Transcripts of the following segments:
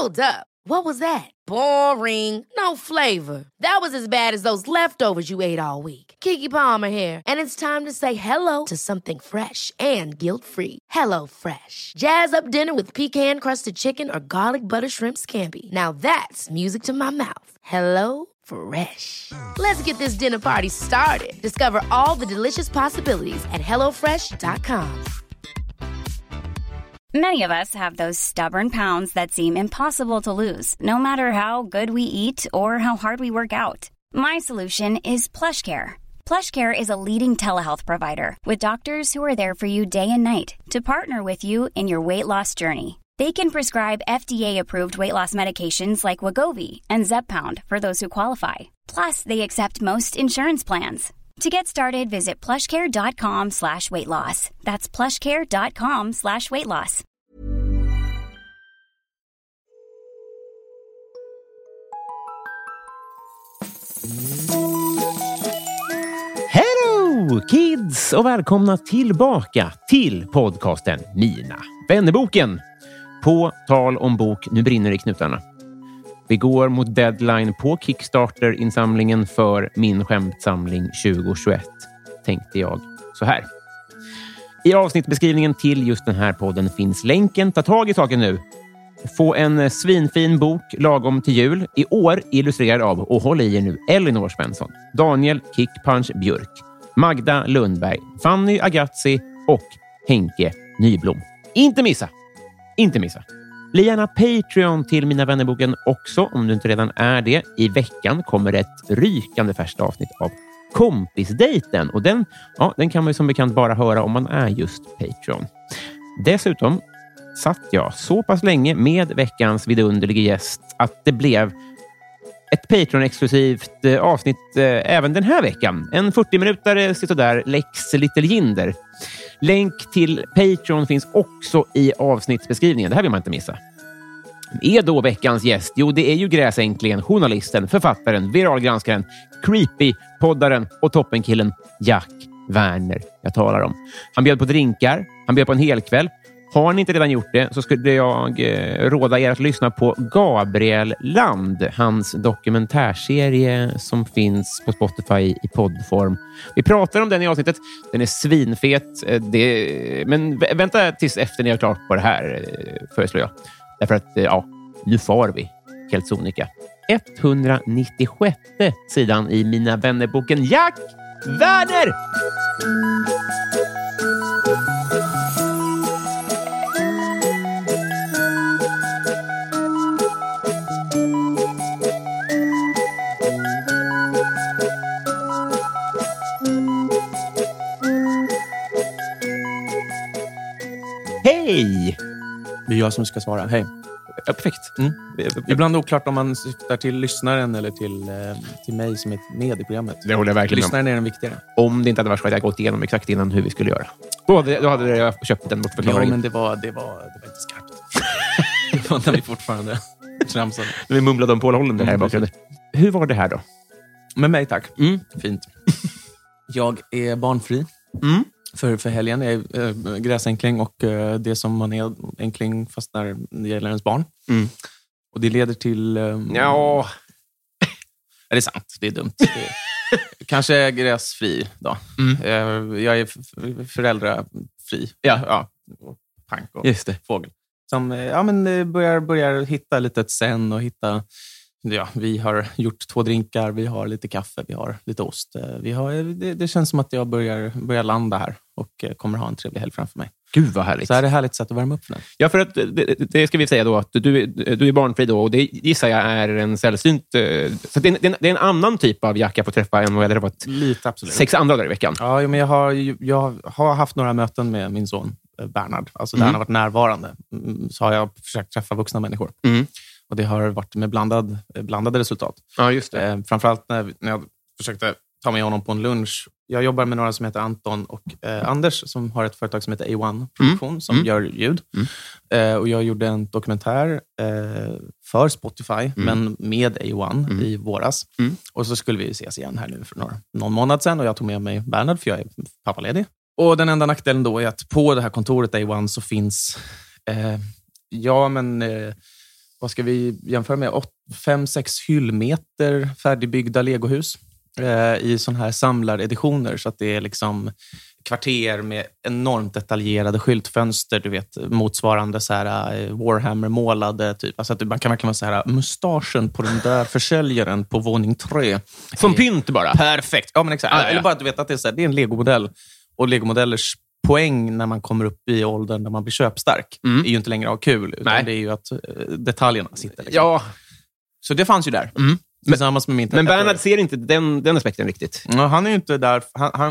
Hold up. What was that? Boring. No flavor. That was as bad as those leftovers you ate all week. Keke Palmer here, and it's time to say hello to something fresh and guilt-free. Hello Fresh. Jazz up dinner with pecan-crusted chicken or garlic butter shrimp scampi. Now that's music to my mouth. Hello Fresh. Let's get this dinner party started. Discover all the delicious possibilities at hellofresh.com. Many of us have those stubborn pounds that seem impossible to lose, no matter how good we eat or how hard we work out. My solution is PlushCare. PlushCare is a leading telehealth provider with doctors who are there for you day and night to partner with you in your weight loss journey. They can prescribe FDA-approved weight loss medications like Wegovy and Zepbound for those who qualify. Plus, they accept most insurance plans. To get started, visit plushcare.com/weightloss. That's plushcare.com/weightloss. Hello kids och välkomna tillbaka till podcasten Mina vännerboken. På tal om bok, nu brinner det i knutarna. Vi går mot deadline på Kickstarter-insamlingen för min skämtsamling 2021, tänkte jag så här. I avsnittbeskrivningen till just den här podden finns länken. Ta tag i saken nu. Få en svinfin bok lagom till jul. I år illustrerad av, och håll i er nu, Elinor Svensson, Daniel Kickpunch Björk, Magda Lundberg, Fanny Agazzi och Henke Nyblom. Inte missa! Inte missa! Bli gärna Patreon till Mina vännerboken också, om du inte redan är det. I veckan kommer ett rykande färskt avsnitt av Kompisdejten. Och den kan man ju som bekant bara höra om man är just Patreon. Dessutom satt jag så pass länge med veckans vidunderliga gäst att det blev ett Patreon-exklusivt avsnitt även den här veckan. En 40-minutare sitter där, Lex Little Jinder. Länk till Patreon finns också i avsnittsbeskrivningen. Det här vill man inte missa. Är då veckans gäst? Jo, det är ju gräsänklingen, journalisten, författaren, viralgranskaren, creepy-poddaren och toppenkillen Jack Werner jag talar om. Han bjöd på drinkar, han bjöd på en helkväll. Har ni inte redan gjort det så skulle jag råda er att lyssna på Gabriel Land, hans dokumentärserie som finns på Spotify i poddform. Vi pratar om den i avsnittet. Den är svinfet. Men vänta tills efter ni har klart på det här, föreslår jag. Därför att, nu far vi. Helt sonika. 196 sidan i Mina vännerboken Jack Werner! Hej! Det är jag som ska svara. Hej. Ja, perfekt. Ibland oklart om man syftar till lyssnaren eller till mig som är med i programmet. Det håller jag verkligen med om. Lyssnaren är den viktigare. Om det inte hade varit så att jag gått igenom exakt innan hur vi skulle göra. Då hade jag köpt den bortförklaringen. Ja, men det var inte skarpt. Det var när vi fortfarande tramsade. När vi mumlade om Paul Hollander här i bakgrunden. Hur var det här då? Med mig, tack. Fint. Jag är barnfri. För helgen. Jag är gräsänkling och det som man är enkling fast när det gäller ens barn. Och det leder till... Ja... Är det sant? Det är dumt. Kanske är gräsfri då. Jag är föräldrafri. Ja. Pank och just det. Fågel. Som börjar hitta lite sen och hitta... Ja, vi har gjort 2 drinkar, vi har lite kaffe, vi har lite ost. Det känns som att jag börjar landa här och kommer ha en trevlig helg framför mig. Gud vad härligt. Så är det härligt sätt att värma upp för den. Ja, för att det ska vi säga då att du är barnfri då och det gissar jag är en sällsynt... Så det är en annan typ av Jack jag får träffa än vad det har varit lite, absolut. 6 andra dagar i veckan. Ja, men jag har haft några möten med min son Bernhard. Alltså där han har varit närvarande. Så har jag försökt träffa vuxna människor. Och det har varit med blandade resultat. Ja, just det. Framförallt när jag försökte ta med honom på en lunch. Jag jobbar med några som heter Anton och Anders som har ett företag som heter A1 Produktion som gör ljud. Och jag gjorde en dokumentär för Spotify men med A1 i våras. Och så skulle vi ses igen här nu för någon månad sedan och jag tog med mig Bernhard för jag är pappaledig. Och den enda nackdelen då är att på det här kontoret A1 så finns vad ska vi jämföra med? 5-6 hyllmeter färdigbyggda legohus i sån här samlareditioner. Så att det är liksom kvarter med enormt detaljerade skyltfönster, du vet, motsvarande så här Warhammer-målade typ. Alltså att man kan verkligen vara så här, mustaschen på den där försäljaren på våning 3. Som pynt bara. Perfekt. Ja, men exakt. Ja. Eller bara att du vet att det är, så här, det är en legomodell. Och legomodellers poäng när man kommer upp i åldern när man blir köpstark är ju inte längre att ha kul, utan det är ju att detaljerna sitter. Liksom. Ja. Så det fanns ju där. Tillsammans med min Men Bernhard ser inte den aspekten riktigt. Ja, han är ju inte där.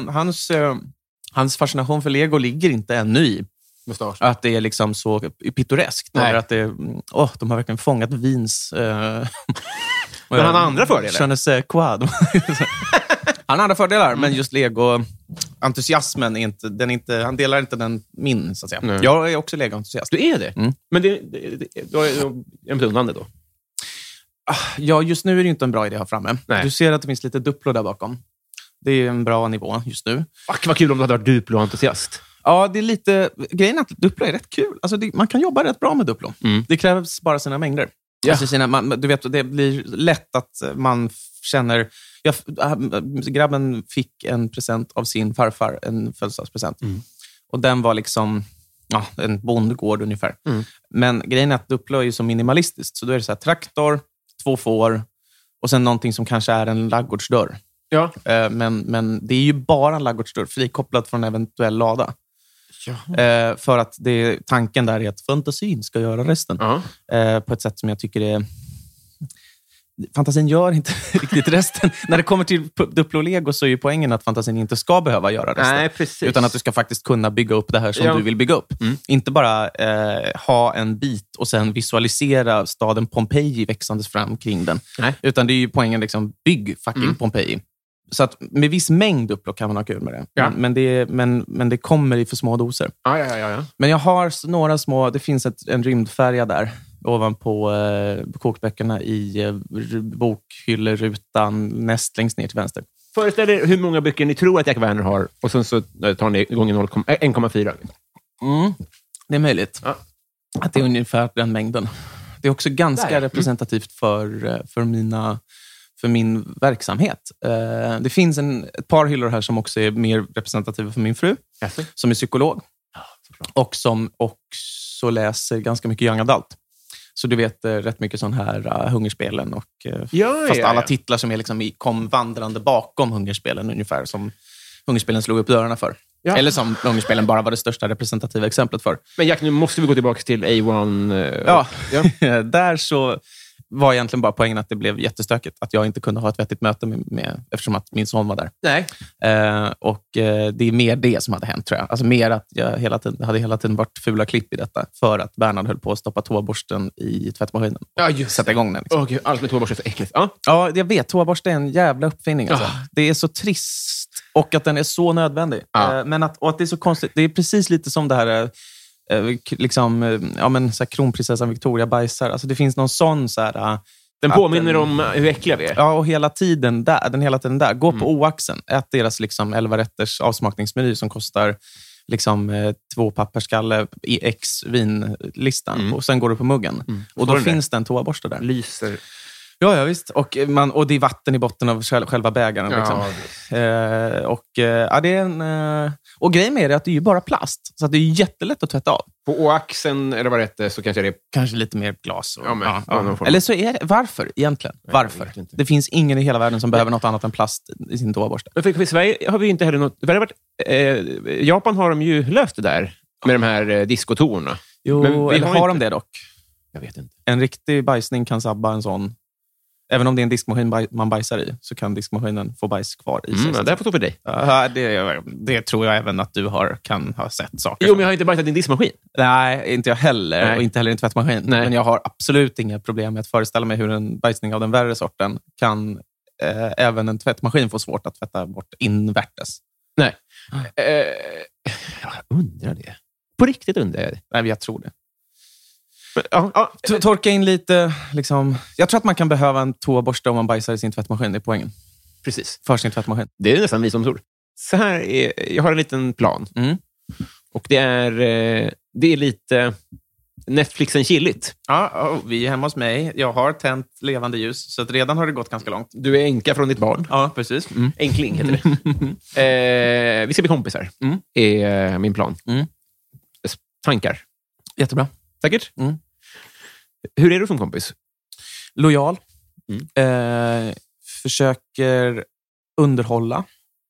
Hans fascination för Lego ligger inte ännu i Mustasch. att det är liksom så pittoreskt. Eller att det, de har verkligen fångat vins... Men han har andra fördelar. Je ne sais quoi. Han har andra fördelar, men just Lego-entusiasmen är inte, han delar inte den min, så att säga. Nej. Jag är också Lego-entusiast. Du är det? Men då är en beundrande då? Ja, just nu är det inte en bra idé att ha framme. Nej. Du ser att det finns lite Duplo där bakom. Det är en bra nivå just nu. Fuck, vad kul om du hade varit Duplo-entusiast. Ja, det är lite... Grejen är att Duplo är rätt kul. Alltså man kan jobba rätt bra med Duplo. Det krävs bara sina mängder. Ja. Alltså du vet, det blir lätt att man känner... grabben fick en present av sin farfar, en födelsedagspresent. Och den var liksom en bondgård ungefär. Men grejen är att Duplo är ju så minimalistiskt. Så då är det så här traktor, 2 får och sen någonting som kanske är en ladugårdsdörr. Ja. Men det är ju bara en ladugårdsdörr, frikopplat från en eventuell lada. För att tanken där är att fantasin ska göra resten. På ett sätt som jag tycker är... Fantasin gör inte riktigt resten. När det kommer till Duplo och Lego så är ju poängen att fantasin inte ska behöva göra resten. Nej, precis. Utan att du ska faktiskt kunna bygga upp det här som du vill bygga upp. Inte bara ha en bit och sen visualisera staden Pompeji växandes fram kring den. Nej. Utan det är ju poängen liksom, bygg fucking Pompeji. Så att med viss mängd Duplo kan man ha kul med det. Ja. Men det kommer i för små doser. Ja. Men jag har några små... Det finns en rymdfärja där ovanpå kokböckerna i bokhyllerutan näst längst ner till vänster. Föreställ er hur många böcker ni tror att Jack Werner har och sen så tar ni gånger 1,4. Det är möjligt att det är ungefär den mängden. Det är också ganska representativt för min verksamhet. Det finns ett par hyllor här som också är mer representativa för min fru, som är psykolog och som också läser ganska mycket young adult. Så du vet rätt mycket sån här Hungerspelen och fast alla titlar som är liksom kom vandrande bakom Hungerspelen ungefär, som Hungerspelen slog upp dörrarna för. Ja. Eller som Hungerspelen bara var det största representativa exemplet för. Men Jack, nu måste vi gå tillbaka till A1. Där så var egentligen bara poängen att det blev jättestökigt. Att jag inte kunde ha ett vettigt möte med eftersom att min son var där. Nej. Det är mer det som hade hänt, tror jag. Alltså mer att jag hade hela tiden varit fula klipp i detta. För att Bernhard höll på att stoppa toaborsten i tvättmaskinen. Ja, just sätta igång den. Liksom. Gud, allt med toaborsten är så äckligt. Ja, jag vet. Toaborsten är en jävla uppfinning. Alltså. Det är så trist. Och att den är så nödvändig. Men att det är så konstigt. Det är precis lite som det här... så här, kronprinsessan Victoria bajsar. Alltså det finns någon sån så här... Den påminner om hur äckliga vi är. Ja, och hela tiden där. Gå på Oaxen. Ät deras liksom 11 rätters avsmakningsmeny som kostar liksom 2 papperskalle i X-vinlistan. Och sen går du på muggen. Och då finns det en toaborste där. Lyser. Ja, visst. Och det är vatten i botten av själva bägaren. Liksom. Det är en... Och grejen med det är att det är ju bara plast. Så att det är jättelätt att tvätta av. På Oaxen, eller vad det är, så kanske det är... Kanske lite mer glas. Och, Eller så är det... Varför egentligen? Varför? Det finns ingen i hela världen som behöver något annat än plast i sin toaborste. Men för Sverige har vi inte heller något... Japan har de ju löst det där med de här diskotorerna. Jo, men eller har de det dock? Jag vet inte. En riktig bajsning kan sabba en sån... Även om det är en diskmaskin man bajsar i, så kan diskmaskinen få bajs kvar i sig. Det får stå för dig. Det tror jag även att du kan ha sett saker. Jo, men jag har inte bajsat i en diskmaskin. Nej, inte jag heller. Nej. Och inte heller i en tvättmaskin. Nej. Men jag har absolut inga problem med att föreställa mig hur en bajsning av den värre sorten kan även en tvättmaskin få svårt att tvätta bort invärtes. Nej. Jag undrar det. På riktigt undrar jag det. Nej, jag tror det. Torka in lite liksom. Jag tror att man kan behöva en toaborste om man bajsar i sin tvättmaskin. Det är poängen. Precis. För sin tvättmaskin. Det är nästan visdomsord. Så här jag har en liten plan. Och det är lite Netflixen chilligt. Ja, vi är hemma hos mig. Jag har tänt levande ljus, så att redan har det gått ganska långt. Du är änka från ditt barn. Ja, precis. Enkling heter det. Vi ska bli kompisar, är min plan. Tankar? Jättebra. Säkert? Hur är du som kompis? Lojal. Försöker underhålla.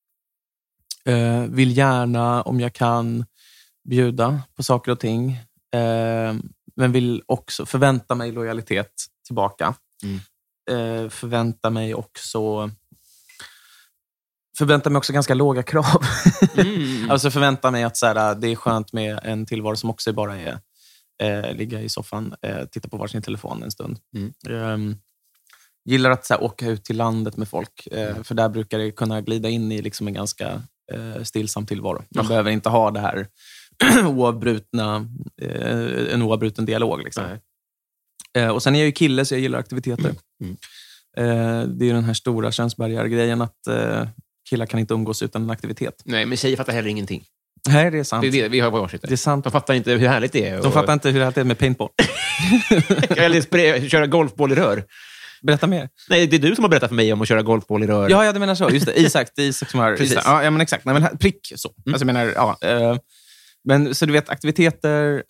Vill gärna, om jag kan, bjuda på saker och ting. Men vill också förvänta mig lojalitet tillbaka. Förvänta mig också ganska låga krav. Alltså förvänta mig att så här, det är skönt med en tillvaro som också bara är ligga i soffan, titta på varsin telefon en stund. Gillar att så här, åka ut till landet med folk, för där brukar det kunna glida in i liksom en ganska stillsam tillvaro. Man behöver inte ha det här en oavbruten dialog liksom. Och sen är jag ju kille, så jag gillar aktiviteter. Det är ju den här stora könsbarriärgrejen att killar kan inte umgås utan en aktivitet. Nej, men tjejer fattar heller ingenting. Nej, det är sant. Det är det vi har på varsitt. Det är sant. De fattar inte hur härligt det är. De fattar inte hur härligt det är med paintball. Eller köra golfboll i rör. Berätta mer. Nej, det är du som har berättat för mig om att köra golfboll i rör. Ja, det menar så. Just det. Isak som har... Precis. Ja, men exakt. Nej, men prick så. Alltså, jag menar, ja. Men så du vet, aktiviteter,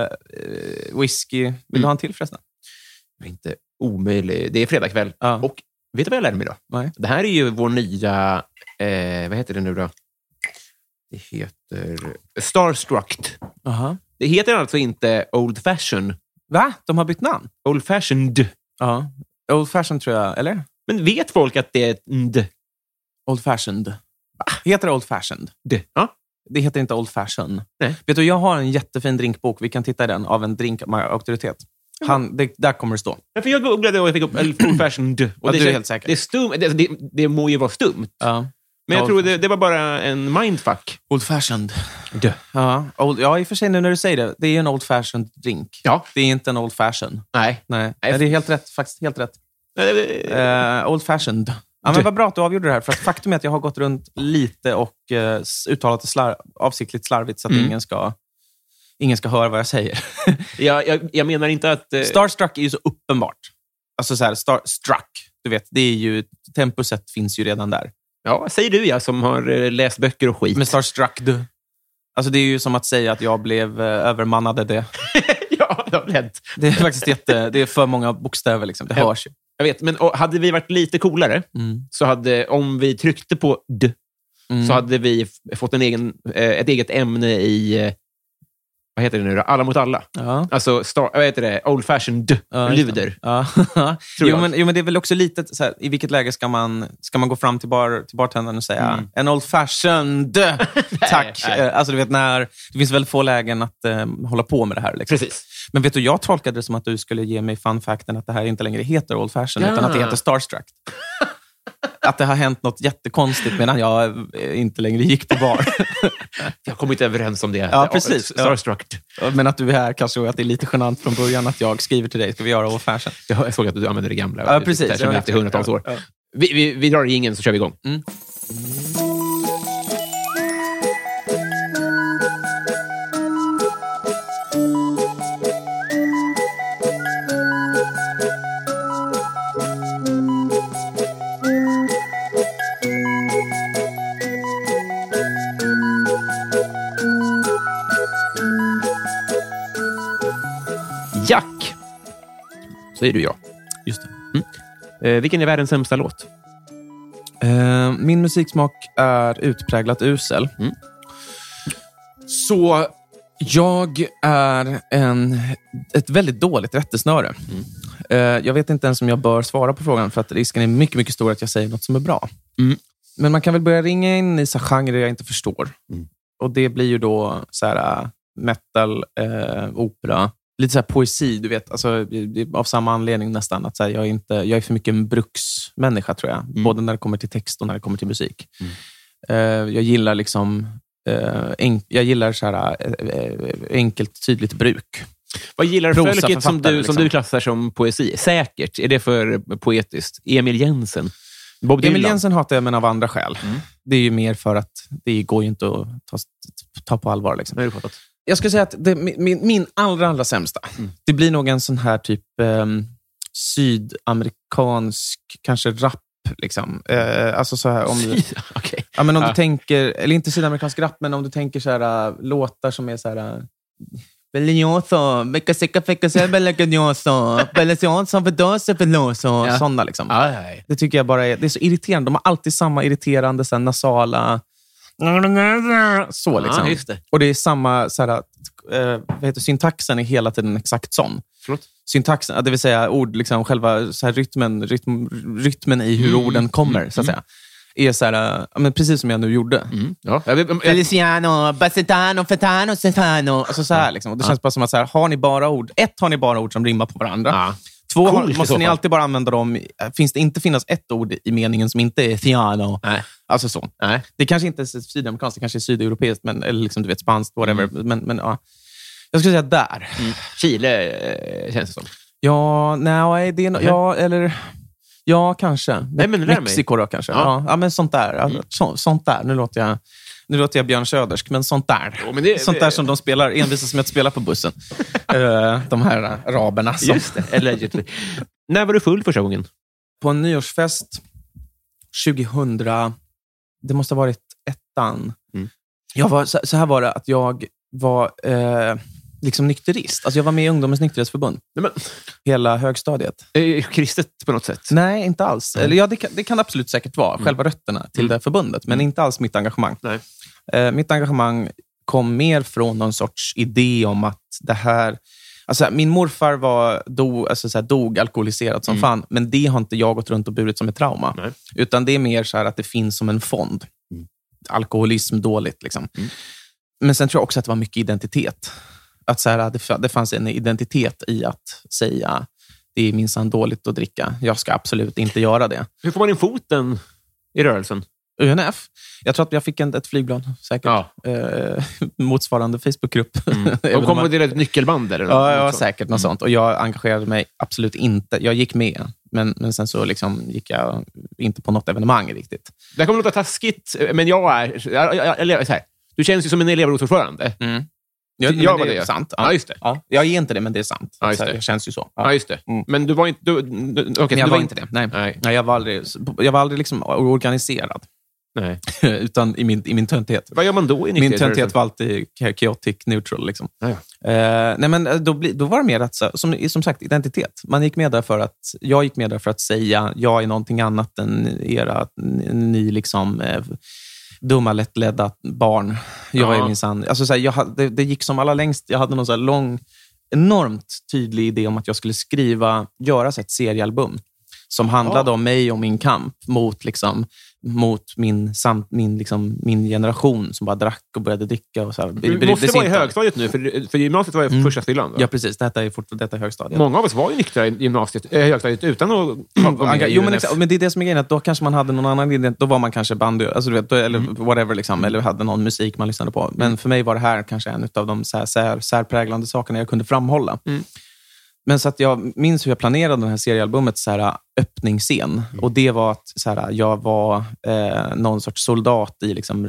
whisky. Vill du ha en till förresten? Inte omöjligt. Det är fredagkväll. Ja. Och vet du vad jag lärde mig då? Nej. Det här är ju vår nya... vad heter det nu då? Det heter... Starstruck. Aha. Det heter alltså inte Old Fashion. Va? De har bytt namn? Old Fashioned. Ja. Old Fashioned tror jag, eller? Men vet folk att det är ett nd? Old Fashioned. Va? Heter det Old Fashioned? Ja. Det heter inte Old Fashion. Nej. Vet du, jag har en jättefin drinkbok. Vi kan titta i den av en drink-auktoritet. Där kommer det stå. Ja, för jag googlade och jag fick upp Old Fashioned. Och du är helt säker. Det är stum, det må ju vara stumt. Ja. Men jag tror det var bara en mindfuck. Old Fashioned. Ja, i och för sig nu när du säger det. Det är en Old Fashioned drink. Ja. Det är inte en Old Fashion. Nej. Det är helt rätt. Faktiskt helt rätt. Old Fashioned. Ja, men vad bra att du avgjorde det här. För att faktum är att jag har gått runt lite och uttalat det avsiktligt slarvigt så att ingen ska höra vad jag säger. Jag menar inte att... Starstruck är ju så uppenbart. Alltså så här, Starstruck. Du vet, det är ju... Tempuset finns ju redan där. Ja, säger du som har läst böcker och skit. Men Starstruck, du. Alltså det är ju som att säga att jag blev övermannade det. Ja, det har hänt. Det är faktiskt det är för många bokstäver liksom. Det hörs ju. Jag vet, men hade vi varit lite coolare så hade, om vi tryckte på d, så hade vi fått ett eget ämne i vad heter det nu då? Alla mot alla. Ja. Alltså, vad heter det? Old fashioned luder. Ja. Jo, men det är väl också lite så här, i vilket läge ska man gå fram till bartendern och säga en old fashioned, tack. Alltså du vet, det finns väl få lägen att hålla på med det här. Liksom. Precis. Men vet du, jag tolkade det som att du skulle ge mig fun facten att det här inte längre heter old fashioned utan att det heter Starstruck. Att det har hänt något jättekonstigt medan jag inte längre gick på bar. Jag kommer inte överens om det. Ja, precis. Starstruck. Ja. Men att du är här kanske att det är lite genant från början att jag skriver till dig. Ska vi göra old fashion? Jag såg att du använder det gamla. Ja, precis. Som efter hundratals år. Ja. Vi drar ingen så kör vi igång. Jack. Så är du jag. Just det. Vilken är världens sämsta låt? Min musiksmak är utpräglat usel. Så jag är ett väldigt dåligt rättesnöre. Jag vet inte ens om jag bör svara på frågan för att risken är mycket, mycket stor att jag säger något som är bra. Men man kan väl börja ringa in i så genrer jag inte förstår. Och det blir ju då så här metal, opera, lite så här poesi, du vet, alltså av samma anledning nästan att så här, jag är för mycket en bruksmänniska tror jag, både när det kommer till text och när det kommer till musik. Jag gillar liksom jag gillar så här enkelt, tydligt bruk. Vad gillar du folket som liksom. du klassar som poesi? Säkert. Är det för poetiskt? Emil Jensen? Bob Emil Dylan? Jensen hatar jag men av andra skäl. Det är ju mer för att det går ju inte att ta på allvar liksom. Har du fattat? Jag skulle säga att min allra sämsta, det blir nog en sån här typ sydamerikansk, kanske rap liksom. Alltså så här om okay. Ja, men om du tänker, eller inte sydamerikansk rap, men om du tänker så här låtar som är så här sådana liksom. Det tycker jag bara det är så irriterande. De har alltid samma irriterande så här, nasala så liksom. Just det. Och det är samma så här, vad heter syntaxen är hela tiden exakt sån. Förlåt? Syntaxen, det vill säga ord liksom, själva så här, rytmen i hur orden kommer så att säga. Är så här, men precis som jag nu gjorde. Feliciano, Bassetano, Fetano, Stefano. Alltså så här liksom. Och det känns bara som att så här, har ni bara ord som rimmar på varandra. 2, måste ni alltid bara använda dem. Finns det inte finnas ett ord i meningen som inte är Fiano. Alltså så. Det kanske inte är sydamerikanskt, det kanske är sydeuropeiskt, men eller liksom du vet spanskt, whatever. Men ja. Jag skulle säga där. Chile känns det som. Ja, nej, det är ja, eller ja, kanske. Nej, men Mexiko då kanske. Ja, men sånt där. Sånt där. Nu låter jag Björn Södersk, men sånt där. Sånt där som de spelar, envisas med att spela på bussen. De här araberna. Just det, allegedly. När var du full första gången? På en nyårsfest 2000, det måste ha varit 1:an. Jag var, så här var det att jag var liksom nykterist. Alltså jag var med i Ungdomens nykterhetsförbund. Men hela högstadiet. Kristet på något sätt? Nej, inte alls. Eller ja, det kan absolut säkert vara själva rötterna till det förbundet, men inte alls mitt engagemang. Nej. Mitt engagemang kom mer från någon sorts idé om att det här... Alltså min morfar dog alkoholiserad som fan, men det har inte jag gått runt och burit som ett trauma. Nej. Utan det är mer så här att det finns som en fond. Alkoholism dåligt liksom. Men sen tror jag också att det var mycket identitet. Att så här, det fanns en identitet i att säga det är minsann dåligt att dricka. Jag ska absolut inte göra det. Hur får man in foten i rörelsen? UNF. Jag tror att jag fick ett flygblad säkert. Motsvarande Facebookgrupp. De kommer att dela ett nyckelband eller något? Ja, säkert något sånt. Och jag engagerade mig absolut inte. Jag gick med. Men sen så liksom gick jag inte på något evenemang riktigt. Det kommer att låta taskigt, men jag är så här. Du känns ju som en elevrådsordförande. Ja, det är sant. Ja, just det. Ja, jag är inte det, men det är sant. Ja, just det. Jag känns ju så. Ja, just det. Men du var inte... jag var inte det. Nej, jag var aldrig liksom organiserad. Nej. Utan i min töntighet. Vad gör man då i min töntighet var alltid chaotic neutral liksom. Nej, men då var det mer att som sagt identitet. Jag gick med där för att säga jag är någonting annat än era ni liksom dumma lättledda barn. Jag är minsann. Alltså så här, det gick som alla längst. Jag hade någon så här lång, enormt tydlig idé om att jag skulle göra ett seriealbum som handlade om mig och min kamp mot min generation som bara drack och började dricka och så här. Du måste vara i högstadiet nu, för gymnasiet var ju första fyllan. Ja, precis. Detta är högstadiet. Många av oss var ju nyktra i högstadiet utan att men det är det som är grejen, att då kanske man hade någon annan idé. Då var man kanske bandy, alltså du vet, eller whatever liksom, eller hade någon musik man lyssnade på. Men för mig var det här kanske en av de särpräglande sakerna jag kunde framhålla. Men så att jag minns hur jag planerade det här seriealbumet så här öppningsscen. Och det var att så här, jag var någon sorts soldat i liksom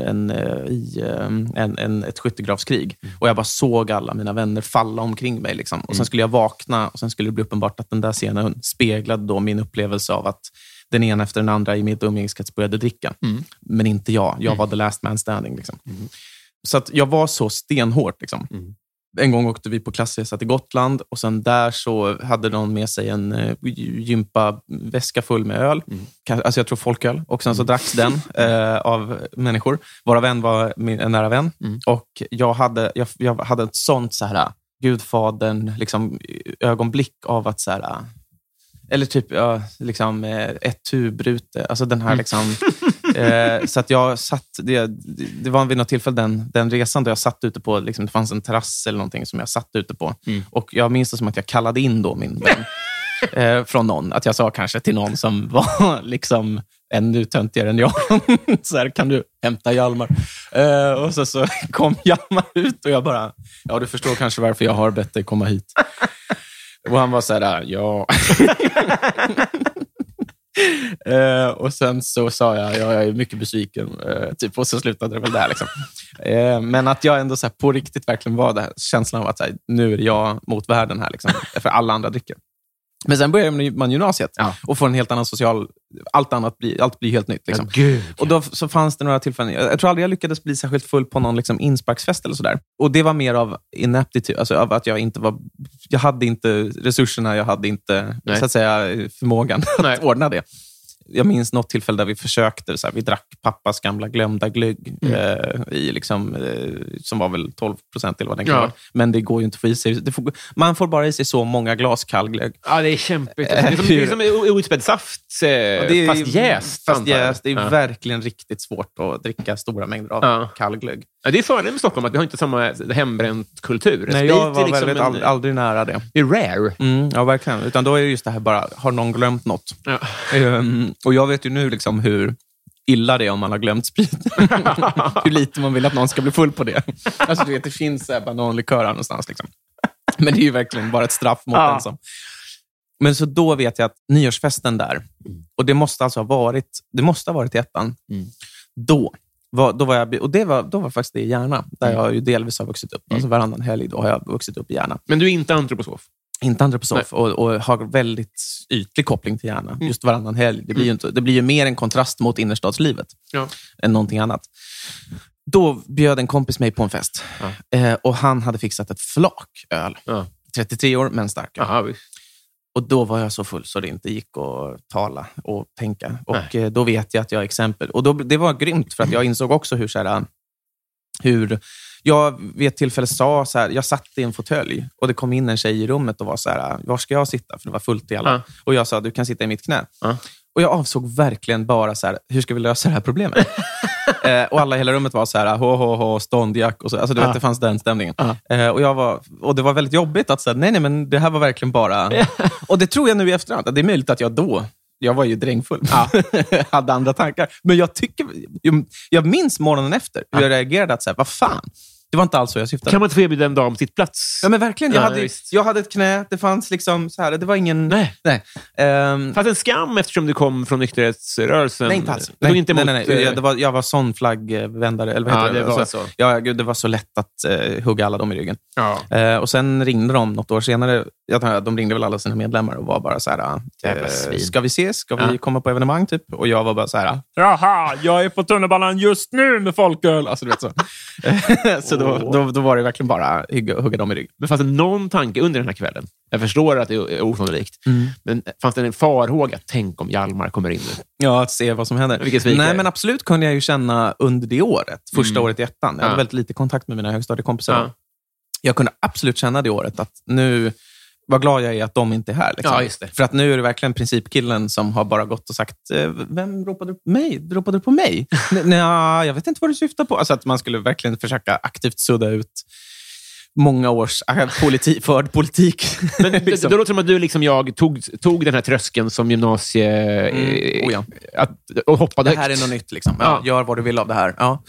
ett skyttegravskrig. Och jag bara såg alla mina vänner falla omkring mig liksom. Och sen skulle jag vakna och sen skulle det bli uppenbart att den där scenen speglade då min upplevelse av att den ena efter den andra i mitt umgängeskrets började dricka. Men inte jag. Jag var the last man standing liksom. Så att jag var så stenhårt liksom. En gång åkte vi på klassresa till Gotland och sen där så hade de med sig en gympaväska full med öl. Alltså jag tror folköl. Och sen så dracks den av människor. Varav en var en nära vän. Och jag hade ett sånt så här Gudfadern liksom ögonblick av att så här, eller typ liksom ett tubrute. Alltså den här liksom så att jag satt det var vid något tillfälle den resan då jag satt ute på liksom, det fanns en terrass eller någonting som jag satt ute på och jag minns det som att jag kallade in då min vän från någon, att jag sa kanske till någon som var liksom ännu töntigare än jag så här, kan du hämta Hjalmar och så kom Hjalmar ut och jag bara, ja du förstår kanske varför jag har bett dig komma hit. Och han var så här, ja. Och sen så sa jag är mycket besviken. Typ, och så slutade det väl där. Liksom. Men att jag ändå så här, på riktigt verkligen var det här, känslan av att så här, nu är det jag mot världen här. Liksom, för alla andra dricker. Men sen börjar man gymnasiet och får en helt annan social... Allt blir helt nytt. Liksom. Och då så fanns det några tillfällen... Jag tror aldrig jag lyckades bli särskilt full på någon liksom, insparksfest eller sådär. Och det var mer av inaptitude. Alltså av att jag inte var... Jag hade inte resurserna, jag hade inte så att säga, förmågan att ordna det. Jag minns något tillfälle där vi försökte, så här, vi drack pappas gamla glömda glögg i liksom, som var väl 12% eller vad den kan vara. Men det går ju inte att få i sig. Man får bara i sig så många glas kallglögg. Ja, det är kämpigt. Det är som outspädd saft, fast jäst. Det är verkligen riktigt svårt att dricka stora mängder av kallglögg. Ja, det är fördelen med Stockholm att vi har inte samma hembränt kultur. Nej, jag var liksom aldrig nära det. Det är rare. Ja, verkligen. Utan då är det just det här bara, har någon glömt något? Ja. Och jag vet ju nu liksom hur illa det är om man har glömt sprit. Hur lite man vill att någon ska bli full på det. Alltså du vet, det finns bananlikör någonstans liksom. Men det är ju verkligen bara ett straff mot den som... Men så då vet jag att nyårsfesten där, och det måste alltså ha varit i ettan. Då var jag, och då var faktiskt det i Järna, där jag ju delvis har vuxit upp. Alltså varannan helg då har jag vuxit upp i Järna. Men du är inte antroposof? Inte antroposof och har väldigt ytlig koppling till Järna. Just varannan helg. Det blir ju mer en kontrast mot innerstadslivet än någonting annat. Då bjöd en kompis mig på en fest. Och han hade fixat ett flak öl. 33 år, men stark. Och då var jag så full så det inte gick att tala och tänka. Och då vet jag att jag exempel. Och det var grymt för att jag insåg också hur jag vid ett tillfälle sa så här, jag satt i en fåtölj och det kom in en tjej i rummet och var så här, var ska jag sitta? För det var fullt i alla. Och jag sa, du kan sitta i mitt knä. Och jag avsåg verkligen bara så här, hur ska vi lösa det här problemet? Och alla i hela rummet var så här, ståndjack och så. Alltså du vet, det fanns den stämningen. Och det var väldigt jobbigt att säga, nej men det här var verkligen bara... Och det tror jag nu i efterhand, att det är möjligt att jag var ju drängfull. Hade andra tankar. Men jag minns morgonen efter hur jag reagerade att säga, vad fan? Det var inte alls så jag syftade. Kan man inte få erbjuda en dam sitt plats? Ja, men verkligen. Jag hade ett knä. Det fanns liksom så här. Det var ingen... Nej. Fanns en skam eftersom du kom från nykterhetsrörelsen? Nej, inte alls. Nej. Jag var sån flaggvändare. Eller vad heter det? Var så. Ja, gud, det var så lätt att hugga alla dem i ryggen. Och sen ringde de något år senare. De ringde väl alla sina medlemmar och var bara så här... ska vi ses? Ska vi komma på evenemang typ? Och jag var bara så här... Jaha, jag är på tunnelbanan just nu med folköl. Alltså du vet så. Så då var det verkligen bara hugga dem i rygg. Men fanns det någon tanke under den här kvällen? Jag förstår att det är osannolikt. Men fanns det en farhåga? Tänk om Hjalmar kommer in nu. Ja, att se vad som händer. Nej, men absolut kunde jag ju känna under det året. Första året i ettan. Jag hade väldigt lite kontakt med mina högstadiekompisar. Jag kunde absolut känna det året att nu... Vad glad jag är att de inte är här. Liksom. Ja, just det. För att nu är det verkligen principkillen som har bara gått och sagt, vem ropade du på mig? Ropade du på mig? Nej, jag vet inte vad du syftar på. Alltså att man skulle verkligen försöka aktivt sudda ut många års förd politik. Men liksom. Då låter det som att du liksom jag tog den här tröskeln som gymnasie och hoppade. Det här är något nytt liksom. Ja. Gör vad du vill av det här. Ja.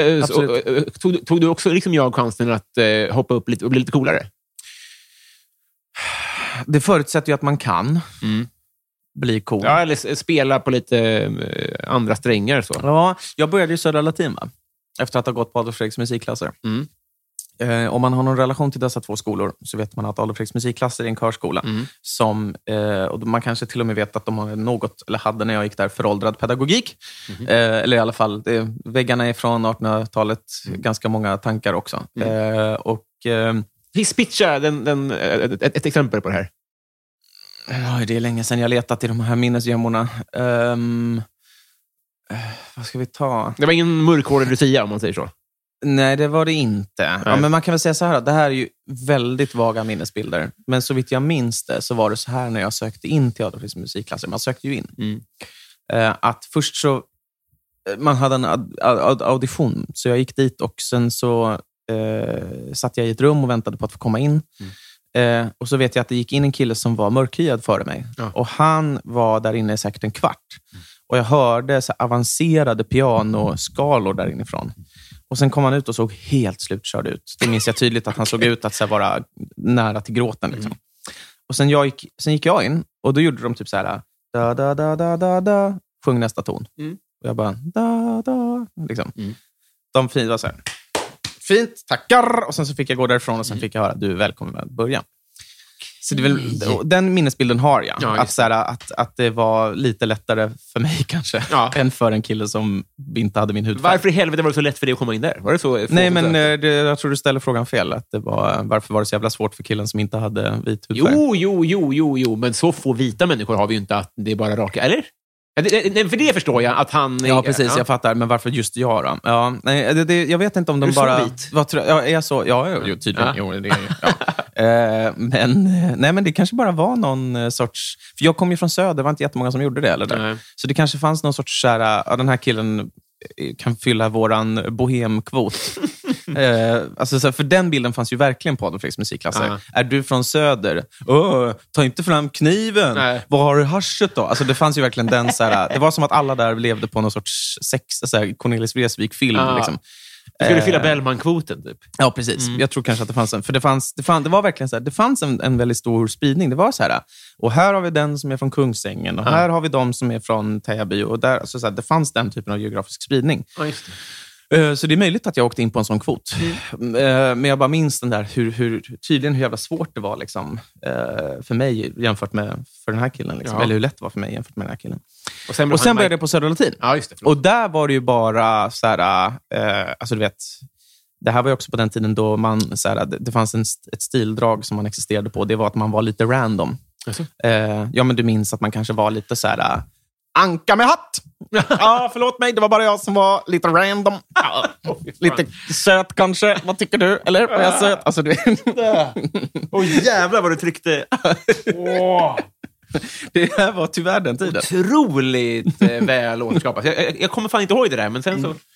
Tog du också liksom jag chansen att hoppa upp lite och bli lite coolare? Det förutsätter ju att man kan bli cool. Ja, eller spela på lite andra strängar. Så. Ja, jag började i Södra Latin efter att ha gått på Adolf Fredriks musikklasser. Om man har någon relation till dessa två skolor så vet man att Adolf Fredriks musikklasser är en körskola som, och man kanske till och med vet att de har något, eller hade när jag gick där, föråldrad pedagogik. Eller i alla fall, väggarna är från 1800-talet, ganska många tankar också. Pitcha ett exempel på det här. Det är länge sedan jag letat i de här minnesgömmorna. Vad ska vi ta? Det var ingen mörkhårig Lucia om man säger så. Nej, det var det inte. Ja, men man kan väl säga så här, det här är ju väldigt vaga minnesbilder. Men så vitt jag minns det så var det så här när jag sökte in till Adolf Fredriks musikklasser. Man sökte ju in. Att först så man hade en audition. Så jag gick dit och sen så satt jag i ett rum och väntade på att få komma in. Och så vet jag att det gick in en kille som var mörkhyad före mig. Och han var där inne säkert en kvart. Och jag hörde så avancerade pianoskalor där inifrån. Och sen kom han ut och såg helt slutkörd ut. Det minns jag tydligt att han såg ut att så vara nära till gråten. Liksom. Och sen gick jag in och då gjorde de typ så här. da da da da da da. Sjung nästa ton. Och jag bara da da liksom. De fint var så här. Fint, tackar. Och sen så fick jag gå därifrån och sen fick jag höra du är välkommen att börja. Så det är väl, den minnesbilden har jag. Ja, att det var lite lättare för mig kanske än för en kille som inte hade min hudfärg. Varför i helvete var det så lätt för dig att komma in där? Var det så? Nej, men jag tror du ställer frågan fel. Att det var, varför var det så jävla svårt för killen som inte hade vit hudfärg? Jo. Men så få vita människor har vi ju inte att det är bara raka. Eller? Nej, för det förstår jag att han... Ja, precis. Jag fattar. Men varför just jag då? Ja, nej, jag vet inte om de bara... Så vit? Är jag så? Ja, tydligen. Ja. Jo, det är, men det kanske bara var någon sorts... För jag kom ju från Söder, det var inte jättemånga som gjorde det. Eller där. Så det kanske fanns någon sorts den här killen kan fylla våran bohemkvot. Alltså, så för den bilden fanns ju verkligen på Adolf Fredriks musikklasser. Är du från Söder? Ta inte fram kniven. Nej. Vad har du haschet då? Alltså, det fanns ju verkligen den det var som att alla där levde på någon sorts Cornelis Vreeswijk-film liksom. Du skulle fylla Bellman-kvoten typ. Ja, precis. Jag tror kanske att det fanns en. För det var verkligen så här, det fanns en väldigt stor spridning. Det var så här, och här har vi den som är från Kungsängen och här har vi de som är från Täby och där, alltså så här, det fanns den typen av geografisk spridning. Ja, just det. Så det är möjligt att jag åkte in på en sån kvot. Men jag bara minns den där hur jävla svårt det var liksom, för mig jämfört med för den här killen. Liksom. Eller hur lätt det var för mig jämfört med den här killen. Och sen började jag på Södra Latin. Ja, just det, och där var det ju bara så här, alltså du vet, det här var ju också på den tiden då man så här, det fanns ett stildrag som man existerade på. Det var att man var lite random. Ja, men du minns att man kanske var lite så här... Anka med hatt! Ja, förlåt mig, det var bara jag som var lite random. Lite söt kanske, vad tycker du? Eller var jag söt? Alltså, du... jävlar vad du tryckte. Det här var tyvärr den tiden. Otroligt väl återskapat. Jag kommer fan inte ihåg det där, men sen så...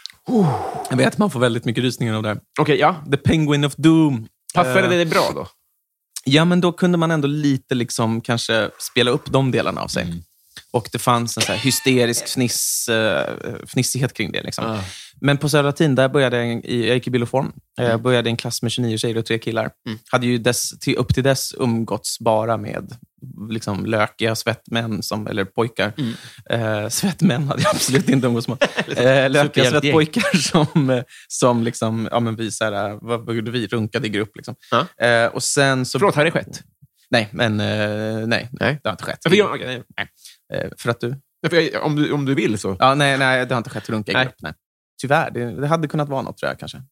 Jag vet, man får väldigt mycket rysningar av det här. Okej, ja. The Penguin of Doom. Passade det bra då? Ja, men då kunde man ändå lite liksom kanske spela upp de delarna av sig. Och det fanns en så här hysterisk fnissighet kring det. Liksom. Men på Södra Latin, där började jag gick i biloform. Jag började i en klass med 29 tjejer och 3 killar. Hade ju upp till dess umgåtts bara med liksom, lökiga svettmän, eller pojkar. Svettmän hade jag absolut inte umgåtts med. Lökiga svettpojkar som liksom, ja men vi så här, vad gjorde vi? Runkade i grupp liksom. Och sen så... Förlåt, har det skett? Nej, men nej, det har inte skett. Nej. För att du... Om du vill så. Ja, nej, det har inte skett runka i grupp. Nej. Tyvärr, det hade kunnat vara något tror jag kanske.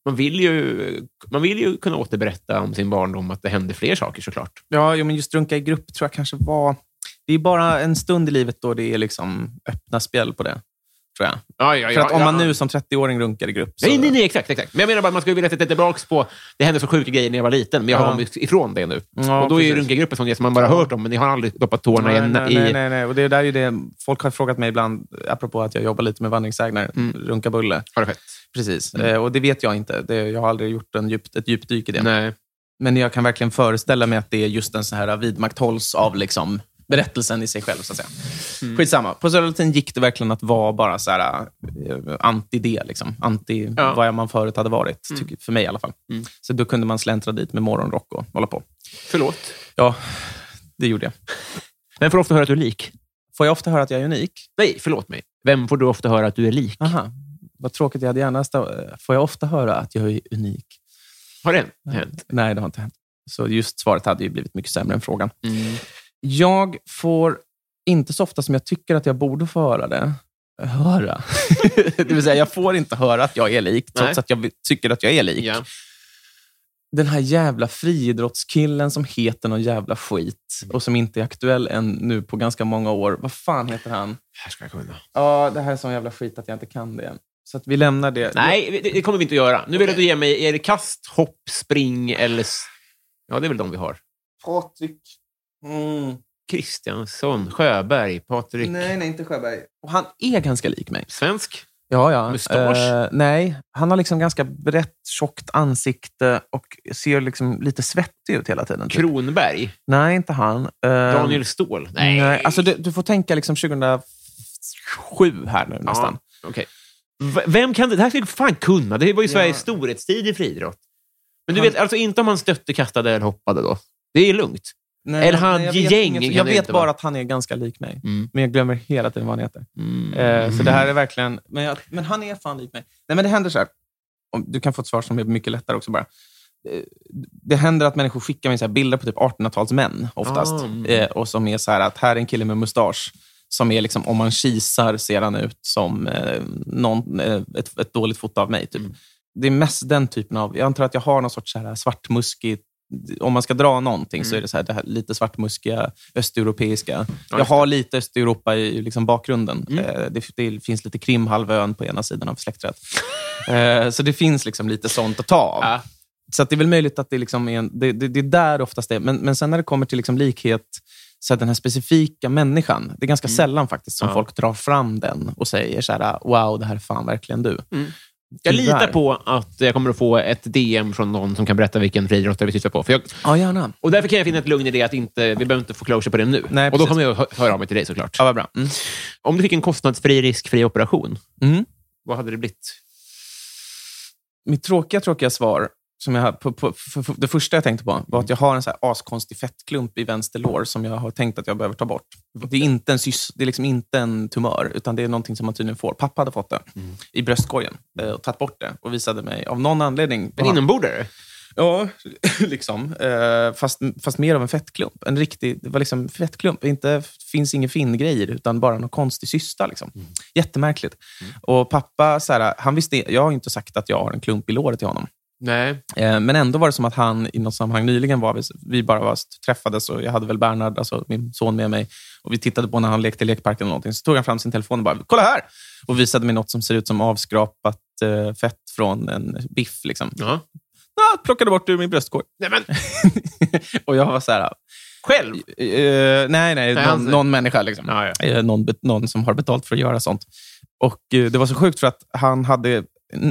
Man vill ju kunna återberätta om sin barndom att det hände fler saker såklart. Ja, men just runka i grupp tror jag kanske var... Det är bara en stund i livet då det är liksom öppna spjäll på det. Tror jag. Ja, för att om man nu som 30-åring runkar i grupp... Så... Nej, exakt. Men jag menar bara att man skulle vilja sätta tillbaka på... Det hände så sjuka grejer när jag var liten, men jag har kommit ifrån det nu. Ja, och då är ju runka-gruppen sån som man bara hört om, men ni har aldrig doppat tårna i... Nej. Och det där är ju det... Folk har frågat mig ibland, apropå att jag jobbar lite med vandringsägare, runka-bulle. Har det fett? Precis. Och det vet jag inte. Jag har aldrig gjort ett djupdyk i det. Nej. Men jag kan verkligen föreställa mig att det är just en sån här vidmakthålls av liksom... berättelsen i sig själv, så att säga. Skitsamma. På Södra Latin gick det verkligen att vara bara så här anti det, liksom. Anti vad man förut hade varit, för mig i alla fall. Så då kunde man släntra dit med morgonrock och hålla på. Förlåt? Ja, det gjorde jag. Vem får ofta höra att du är lik? Får jag ofta höra att jag är unik? Nej, förlåt mig. Vem får du ofta höra att du är lik? Aha, vad tråkigt. Jag hade gärna får jag ofta höra att jag är unik? Har det hänt? Nej, det har inte hänt. Så just svaret hade ju blivit mycket sämre än frågan. Jag får inte så ofta som jag tycker att jag borde få höra det. Höra. Det vill säga, jag får inte höra att jag är lik, trots att jag tycker att jag är lik. Ja. Den här jävla friidrottskillen som heter någon jävla skit och som inte är aktuell än nu på ganska många år. Vad fan heter han? Här ska jag kunna. Ja, det här är sån jävla skit att jag inte kan det än. Så att vi lämnar det. Nej, det kommer vi inte att göra. Nu vill jag att du ger mig, är det kast, hopp, spring eller... Ja, det är väl de vi har. Patrik... Kristiansson, Sjöberg, Patrik... Nej, inte Sjöberg. Och han är ganska lik mig. Svensk? Ja. Mustasch? Nej, han har liksom ganska brett, tjockt ansikte och ser liksom lite svettig ut hela tiden. Typ. Kronberg? Nej, inte han. Daniel Ståhl? Nej. Alltså du får tänka liksom 2007 här nu nästan. Okej. Vem kan det? Det här ska du fan kunna. Det var ju Sveriges storhetstid i friidrott. Men du vet, alltså inte om han stötte, kastade eller hoppade då. Det är lugnt. Nej, El Hadji-gäng. Jag vet bara att han är ganska lik mig. Men jag glömmer hela tiden vad han heter. Så det här är verkligen... Men han är fan lik mig. Nej, men det händer så här. Du kan få ett svar som är mycket lättare också bara. Det händer att människor skickar mig så här bilder på typ 1800-talsmän oftast. Och som är så här att här är en kille med mustasch. Som är liksom, om man kisar ser han ut som ett dåligt foto av mig typ. Det är mest den typen av... Jag antar att jag har någon sorts så här svartmuskigt... Om man ska dra någonting så är det så här, det här lite svartmuskiga, östeuropeiska. Jag har lite Östeuropa i liksom bakgrunden. Det finns lite Krimhalvön på ena sidan av släktträdet. Så det finns liksom lite sånt att ta av. Så att det är väl möjligt att det liksom är det är där oftast det. Men sen när det kommer till liksom likhet, så att den här specifika människan, det är ganska sällan faktiskt som folk drar fram den och säger så här: wow, det här är fan verkligen du. Jag litar på att jag kommer att få ett DM från någon som kan berätta vilken friidrottare vi tittar på. Ja, gärna. Och därför kan jag finna ett lugn i det att vi behöver inte få closure på det nu. Nej, och då kommer jag höra av mig till dig såklart. Ja, vad bra. Om du fick en kostnadsfri, riskfri operation, vad hade det blivit? Mitt tråkiga svar som jag det första jag tänkte på var att jag har en så här askonstig fettklump i vänster lår som jag har tänkt att jag behöver ta bort. Det är inte det är liksom inte en tumör, utan det är någonting som man tydligen får. Pappa hade fått det i bröstkorgen och tagit bort det och visade mig av någon anledning. En inombordare? Ja, liksom. Fast mer av en fettklump. Det var liksom fettklump. Finns inga fingrejer utan bara någon konstig cysta. Liksom. Jättemärkligt. Och pappa, så här, han visste... Jag har inte sagt att jag har en klump i låret till honom. Nej. Men ändå var det som att han i något sammanhang nyligen vi bara träffades och jag hade väl Bernhard, alltså min son, med mig och vi tittade på när han lekte i lekparken eller någonting, så tog han fram sin telefon och bara, kolla här! Och visade mig något som ser ut som avskrapat fett från en biff liksom. Plockade bort ur min bröstkorg. Nej, men. Och jag var så här, själv? Nej, någon människa liksom. Någon som har betalt för att göra sånt. Och det var så sjukt för att han hade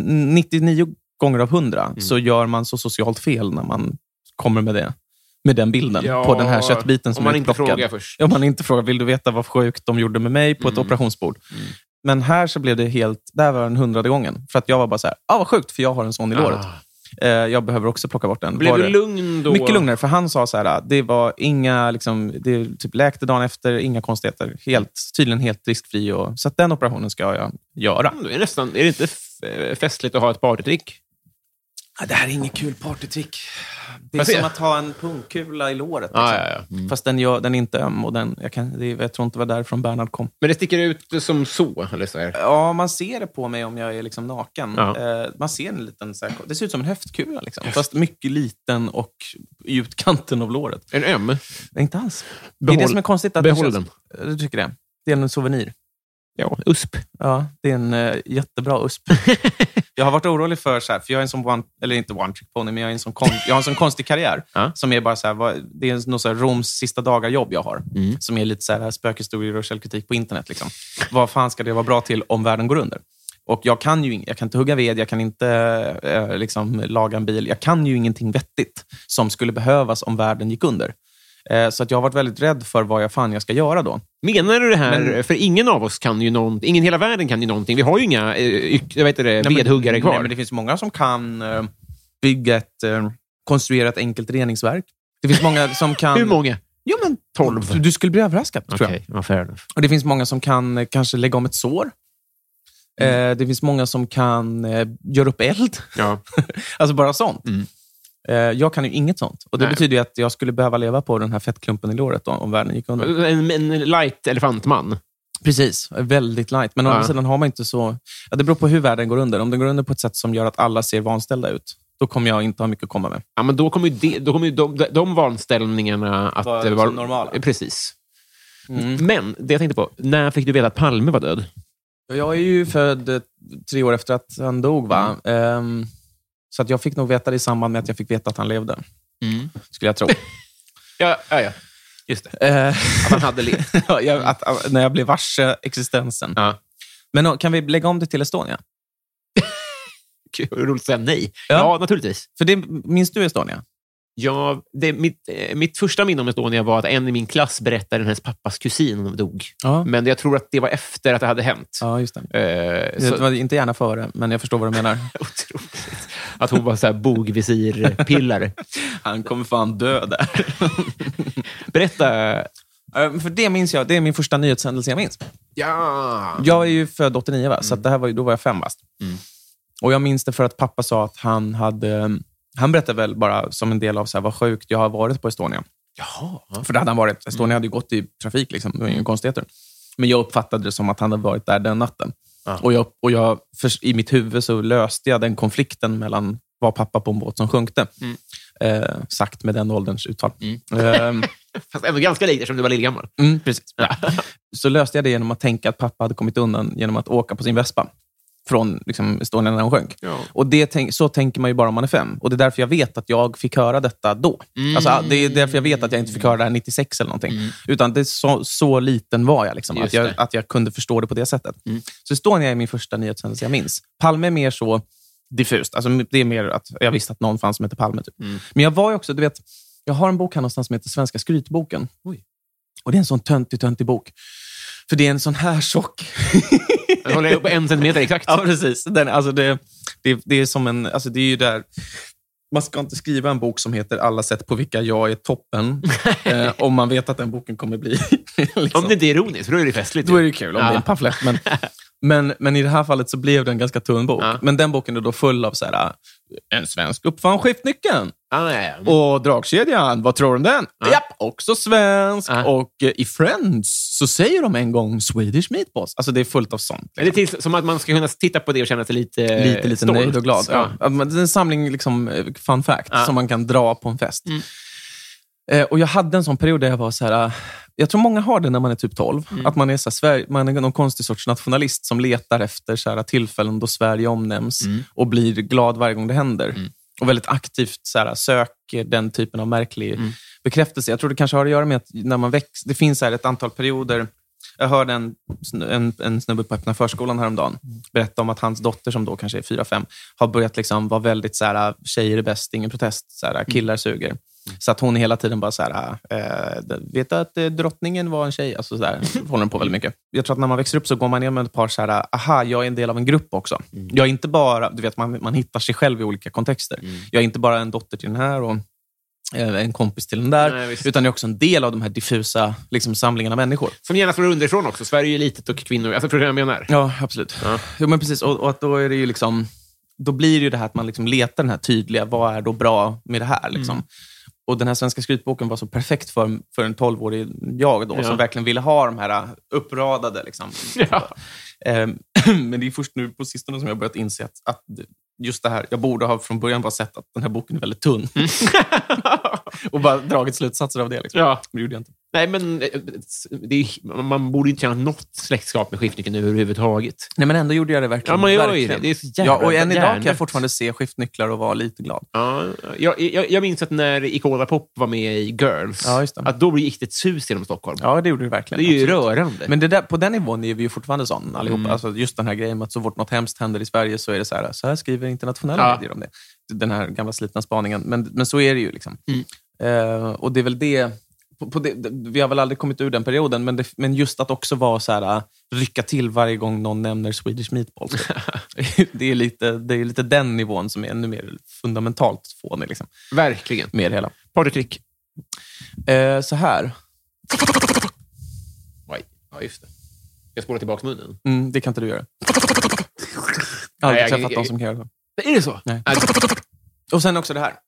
99 gånger av 100 så gör man så socialt fel när man kommer med den bilden på den här köttbiten som är utplockad. Om man inte frågar, vill du veta vad sjukt de gjorde med mig på ett operationsbord? Men här så blev det där var den 100:e gången. För att jag var bara så här, vad sjukt, för jag har en sån i låret. Jag behöver också plocka bort den. Blev du lugn då? Mycket lugnare, för han sa så här, det var inga, liksom, det typ läkte dagen efter, inga konstigheter. Tydligen helt riskfri. Så att den operationen ska jag göra. Är det inte festligt att ha ett partytrick? Det här är inget kul partytrick. Det är som att ha en pungkula i låret. Liksom. Fast den är inte öm. Och jag tror inte det var därifrån Bernhard kom. Men det sticker ut som så? Eller så här. Ja, man ser det på mig om jag är liksom naken. Man ser en liten... Så här, det ser ut som en höftkula. Liksom. Fast mycket liten och i utkanten av låret. En öm? Nej, inte alls. Det är det som är konstigt. Behåll den. Du tycker det? Det är en souvenir. Ja, USP. Ja, det är en jättebra USP. Jag har varit orolig för så här, för jag är en sån inte one trick pony, men jag har en sån konstig karriär som är bara så här, det är något så här Roms sista dagar jobb jag har, som är lite så här spökhistorier och källkritik på internet liksom. Vad fan ska det vara bra till om världen går under? Och jag kan inte hugga ved, jag kan inte liksom laga en bil, jag kan ju ingenting vettigt som skulle behövas om världen gick under. Så att jag har varit väldigt rädd för vad jag ska göra då. Menar du det här? För ingen av oss kan ju någonting. Ingen i hela världen kan ju någonting. Vi har ju inga vedhuggare kvar. Nej, men det finns många som kan bygga konstruera ett enkelt reningsverk. Det finns många som kan... Hur många? Jo, men 12. Du skulle bli överraskad, tror jag. Okej, fair enough. Och det finns många som kan kanske lägga om ett sår. Det finns många som kan göra upp eld. Ja. Alltså bara sånt. Jag kan ju inget sånt. Och det betyder ju att jag skulle behöva leva på den här fettklumpen i låret om världen gick under. En light elefantman. Precis, väldigt light. Men å andra sidan har man inte så... Ja, det beror på hur världen går under. Om den går under på ett sätt som gör att alla ser vanställda ut, då kommer jag inte ha mycket att komma med. Ja, men då kommer ju de vanställningarna att vara normala. Precis. Men det jag tänkte på, när fick du veta att Palme var död? Jag är ju född 3 år efter att han dog, va? Så att jag fick nog veta det i samband med att jag fick veta att han levde. Skulle jag tro. Ja. Just det. Att han hade levt. När jag blev varse existensen. Ja. Men kan vi lägga om det till Estonia? Kul, roligt att säga nej. Ja, naturligtvis. För minns du Estonia? Ja, mitt första minne om Estonia var att en i min klass berättade att hennes pappas kusin dog. Ja. Men jag tror att det var efter att det hade hänt. Ja, just det. Det var inte gärna före, men jag förstår vad du menar. Otroligt. Att hon var så här bogvisirpillare. Han kommer fan dö där. Berätta. För det minns jag, det är min första nyhetshändelse jag minns. Ja. Jag är ju född 89 va? Så att det här då var jag 5 bast. Och jag minns det för att pappa sa att han berättade väl bara som en del av så här, vad sjukt jag har varit på Estonia. Jaha. För det hade han varit. Estonia hade ju gått i trafik liksom, det var inga konstigheter. Men jag uppfattade det som att han hade varit där den natten. Och jag i mitt huvud så löste jag den konflikten mellan var pappa på en båt som sjunkte. Sagt med den ålderns utfall. Fast ändå ganska likt eftersom du var lite gammal. Precis. Ja. Så löste jag det genom att tänka att pappa hade kommit undan genom att åka på sin Vespa från liksom, Estonia när hon sjönk. Ja. Och så tänker man ju bara om man är 5. Och det är därför jag vet att jag fick höra detta då. Alltså, det är därför jag vet att jag inte fick höra det här 96 eller någonting. Utan det är så liten var jag. Liksom, att jag kunde förstå det på det sättet. Så Estonia är min första nyhetshändelse jag minns. Palme är mer så diffust. Alltså, det är mer att jag visste att någon fanns som heter Palme. Typ. Men jag var ju också, du vet, jag har en bok här någonstans som heter Svenska skrytboken. Oj. Och det är en sån töntig bok. För det är en sån här tjock. Den håller på 1 centimeter exakt. Ja, precis. Det är som en, alltså det är ju där, man ska inte skriva en bok som heter Alla sätt på vilka jag är toppen. Om man vet att den boken kommer bli liksom. Om det inte är ironiskt, då är det festligt. Då är det kul om det är en pamflett. Men i det här fallet så blev det en ganska tunn bok. Men den boken är då full av så här, en svensk uppfann skiftnyckeln. Och dragkedjan, vad tror du om den? Japp, också svensk. Och i Friends så säger de en gång Swedish meatballs. Alltså det är fullt av sånt. Liksom. Det är som att man ska kunna titta på det och känna sig lite nöjd och glad. Ja. Det är en samling liksom, fun fact som man kan dra på en fest. Och jag hade en sån period där jag var så här. Jag tror många har det när man är typ 12. Att man är så här, man är någon konstig sorts nationalist som letar efter så här, tillfällen då Sverige omnämns och blir glad varje gång det händer. Och väldigt aktivt så här, söker den typen av märklig bekräftelse. Jag tror det kanske har att göra med att när man växer, det finns så här ett antal perioder. Jag hörde en snubbe på öppna förskolan häromdagen berätta om att hans dotter som då kanske är 4-5 har börjat liksom vara väldigt så här, tjejer är bäst, ingen protest, så här, killar suger. Så att hon hela tiden bara så här, vet du att drottningen var en tjej? Alltså så där, håller den på väldigt mycket. Jag tror att när man växer upp så går man ner med ett par så här, aha, jag är en del av en grupp också. Jag är inte bara, du vet, man hittar sig själv i olika kontexter. Jag är inte bara en dotter till den här och en kompis till den där, utan jag är också en del av de här diffusa liksom, samlingarna människor. Som gärna slår underifrån också. Sverige är litet och kvinnor, alltså tror jag menar. Ja, absolut. Ja, men precis. Och att då är det ju liksom, då blir det ju det här att man liksom letar den här tydliga, vad är då bra med det här liksom. Och den här svenska skrytboken var så perfekt för en 12-årig jag då, som verkligen ville ha de här uppradade liksom. Men det är först nu på sistone som jag börjat inse att just det här, jag borde ha från början bara sett att den här boken är väldigt tunn. Och bara dragit slutsatser av det liksom. Men det gjorde jag inte. Nej, men man borde inte känna något släktskap med skiftnyckeln överhuvudtaget. Nej, men ändå gjorde jag det verkligen. Ja, man gör ju det. Det är så jävla och än idag kan jag fortfarande se skiftnycklar och vara lite glad. Ja, jag minns att när Ikola Pop var med i Girls, att då gick det ett sus genom Stockholm. Ja, det gjorde det verkligen. Det är ju rörande. Men det där, på den nivån är vi ju fortfarande sån allihopa. Alltså just den här grejen att så fort något hemskt händer i Sverige så är det så här skriver internationella medier om det. Den här gamla slitna spaningen. Men så är det ju liksom. Och det är väl det... vi har väl aldrig kommit ur den perioden, men just att också vara så här, rycka till varje gång någon nämner Swedish meatballs. det är lite den nivån som är ännu mer fundamentalt fånig liksom. Verkligen. Med hela. Partytrick. Så här. Oj, ja just det. Jag spolar tillbaka munnen. Det kan inte du göra. Jag har aldrig träffat någon som kan göra så. Är det så? Nej. Och sen också det här.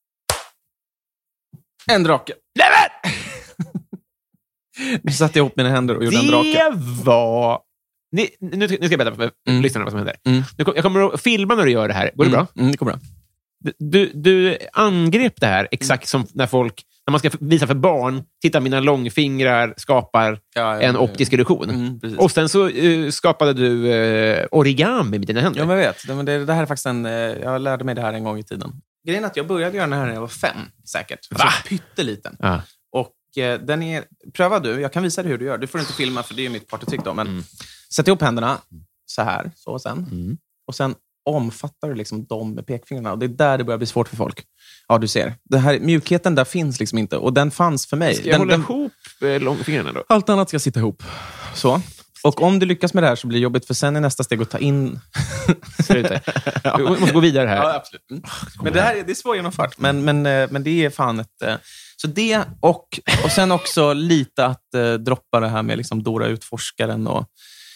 En drake. Nämen! Nu satte jag ihop mina händer och gjorde en drake. Det var... Nu ska jag berätta för lyssnarna vad som händer. Jag kommer att filma när du gör det här. Går det bra? Det går bra. Du angrep det här exakt som när man ska visa för barn, titta mina långfingrar skapar en optisk illusion. Och sen så skapade du origami med dina händer. Ja, men jag vet. Det här är faktiskt jag lärde mig det här en gång i tiden. Grejen är att jag började göra det här när jag var 5, säkert. Alltså pytteliten. Och den är... Pröva du, jag kan visa dig hur du gör. Du får inte filma för det är mitt partytrick då. Men sätt ihop händerna så här, så och sen. Och sen omfattar du liksom dem med pekfingrarna. Och det är där det börjar bli svårt för folk. Ja, du ser. Den här mjukheten där finns liksom inte. Och den fanns för mig. Ska jag hålla ihop långfingrarna då? Allt annat ska sitta ihop. Så. Och om du lyckas med det här så blir det jobbigt, för sen är nästa steg att ta in... Sluta. Vi måste gå vidare här. Ja, absolut. Men det här det är svårt genomfört. Men det är fan ett... Så det och sen också lite att droppa det här med liksom Dora Utforskaren och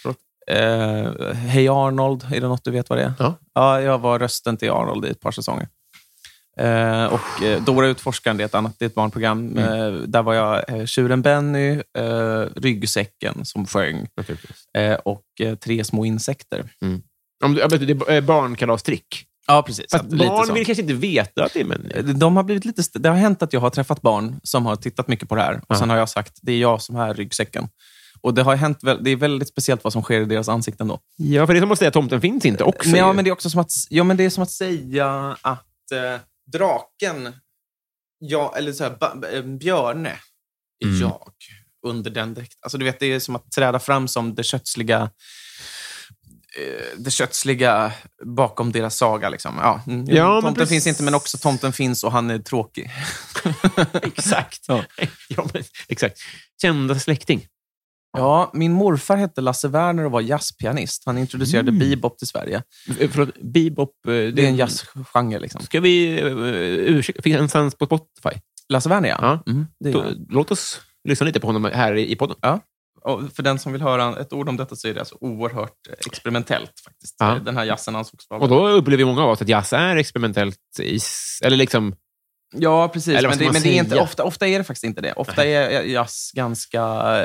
Hey Arnold, är det något du vet vad det är? Ja, jag var rösten till Arnold i ett par säsonger. Och Dora Utforskaren, det är ett barnprogram. Där var jag tjuren Benny, ryggsäcken som sjöng och 3 små insekter. Det är barnkalastrick. Ja, precis. Barn vill kanske inte veta att det är men... De har blivit lite... Det har hänt att jag har träffat barn som har tittat mycket på det här. Och sen har jag sagt, det är jag som är ryggsäcken. Och det har hänt, det är väldigt speciellt vad som sker i deras ansikten då. Ja, för det är som att säga att tomten finns inte också. Men, ja, men det är också som att... Ja, men det är som att säga att draken... Ja, eller så här, Björne är jag under den direkt. Alltså du vet, det är som att träda fram som det kötsliga bakom deras saga liksom. Ja, tomten finns inte, men också tomten finns och han är tråkig. Exakt. Exakt. Kända släkting. Ja, min morfar hette Lasse Werner och var jazzpianist. Han introducerade bebop till Sverige. Förlåt, bebop, det är en jazzgenre liksom. Ska vi ursäkta, finns han på Spotify? Lasse Werner, ja. Låt oss lyssna lite på honom här i podden. Ja. Och för den som vill höra ett ord om detta så är det alltså oerhört experimentellt faktiskt. Ja. Den här jazzen ansågs vara... Och då upplever många av oss att jazz är experimentellt eller liksom... Ja, precis. Men det är inte, ofta är det faktiskt inte det. Ofta är jazz ganska...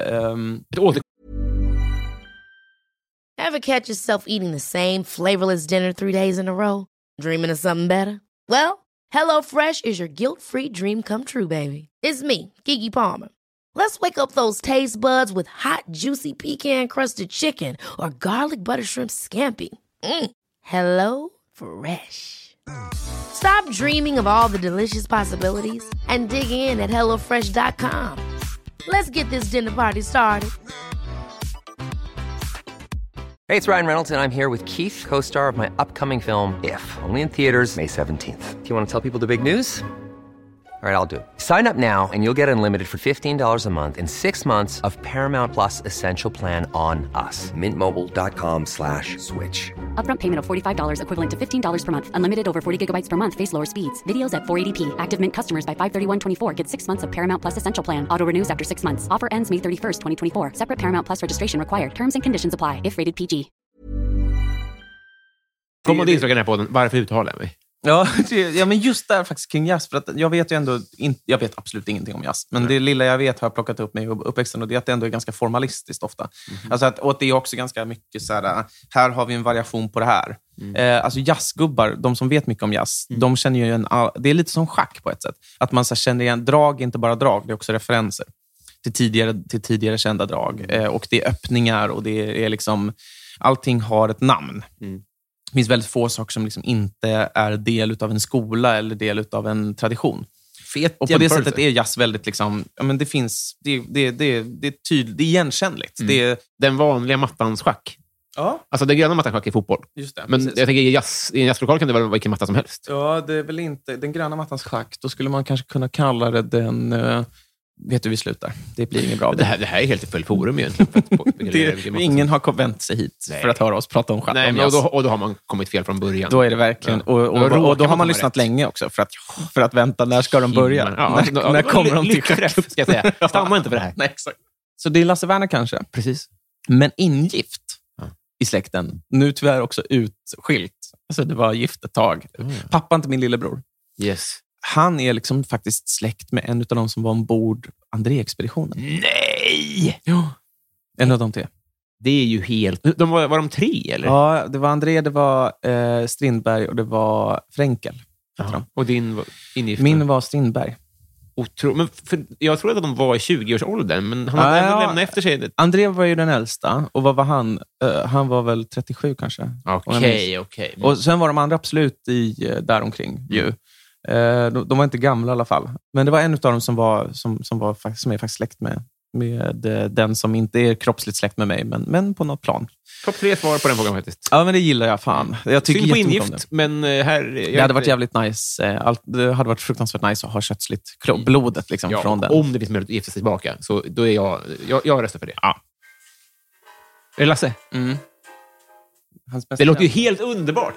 Ever catch yourself eating the same flavorless dinner 3 days in a row? Dreaming of something better? Well, HelloFresh is your guilt-free dream come true, baby. It's me, Keke Palmer. Let's wake up those taste buds with hot, juicy pecan-crusted chicken or garlic butter shrimp scampi. Hello Fresh. Stop dreaming of all the delicious possibilities and dig in at HelloFresh.com. Let's get this dinner party started. Hey, it's Ryan Reynolds, and I'm here with Keith, co-star of my upcoming film, If, only in theaters May 17th. Do you want to tell people the big news? All right, I'll do it. Sign up now and you'll get unlimited for $15 a month and 6 months of Paramount Plus Essential Plan on us. MintMobile.com/switch. Upfront payment of $45 equivalent to $15 per month. Unlimited over 40 gigabytes per month. Face lower speeds. Videos at 480p. Active Mint customers by 531.24 get 6 months of Paramount Plus Essential Plan. Auto renews after 6 months. Offer ends May 31st, 2024. Separate Paramount Plus registration required. Terms and conditions apply if rated PG. Kom och din här podden. Varför uttalar vi? Ja, men just där faktiskt kring jazz, för att jag vet ju ändå jag vet absolut ingenting om jazz, men det lilla jag vet har jag plockat upp mig i uppväxten, och det är att det ändå är ganska formalistiskt ofta. Alltså att det är också ganska mycket så här har vi en variation på det här. Alltså jazzgubbar, de som vet mycket om jazz, de känner ju det är lite som schack på ett sätt. Att man så känner igen drag, inte bara drag, det är också referenser till tidigare kända drag. Och det är öppningar och det är liksom, allting har ett namn. Det finns väldigt få saker som liksom inte är del av en skola eller del av en tradition. Och på det sättet är jazz väldigt liksom, ja, men det finns, det är tydligt, det är igenkännligt. Det är den vanliga mattans schack. Ja. Alltså den gröna mattans schack i fotboll. Just det, men precis. jag tänker i en jazzlokal kan det vara vilken matta som helst. Ja, det är väl inte den gröna mattans schack. Då skulle man kanske kunna kalla det den... Vet du, vi slutar. Det blir inget bra. Det här är helt i full forum egentligen. Ingen har vänt sig hit för att höra oss prata om schack. Nej, men och då har man kommit fel från början. Då är det verkligen. Ja. Och då har man lyssnat länge också för att vänta. När ska de börja? Ja, när kommer de till träff, ska jag säga. Stanna inte för det här. Nej, exakt. Så det är Lasse Werner kanske. Precis. Men ingift i släkten. Nu tyvärr också utskilt. Alltså det var gift ett tag. Pappan till min lillebror. Yes. Han är liksom faktiskt släkt med en av de som var ombord André-expeditionen. Nej! Jo. En av de 3. Det är ju helt... Var de 3 eller? Ja, det var André, det var Strindberg och det var Fränkel. Och din var ingift? Min var Strindberg. Men jag tror att de var i 20-årsåldern, men han hade ändå lämnat efter sig. André var ju den äldsta. Och vad var han? Han var väl 37 kanske. Okej. Och sen var de andra absolut däromkring ju. De var inte gamla i alla fall. Men det var en av dem som är faktiskt släkt med den som inte är kroppsligt släkt med mig, men på något plan. Topp 3 svar på den frågan faktiskt. Ja, men det gillar jag fan. Jag tycker på ingift, men här... Det hade varit jävligt nice. Det hade varit fruktansvärt nice att ha köttsligt blodet liksom, från den. Om det finns möjlighet att gifta sig tillbaka, så då är jag röstar för det. Ja. Är det Lasse? Hans bästa Det låter ju vän. helt underbart.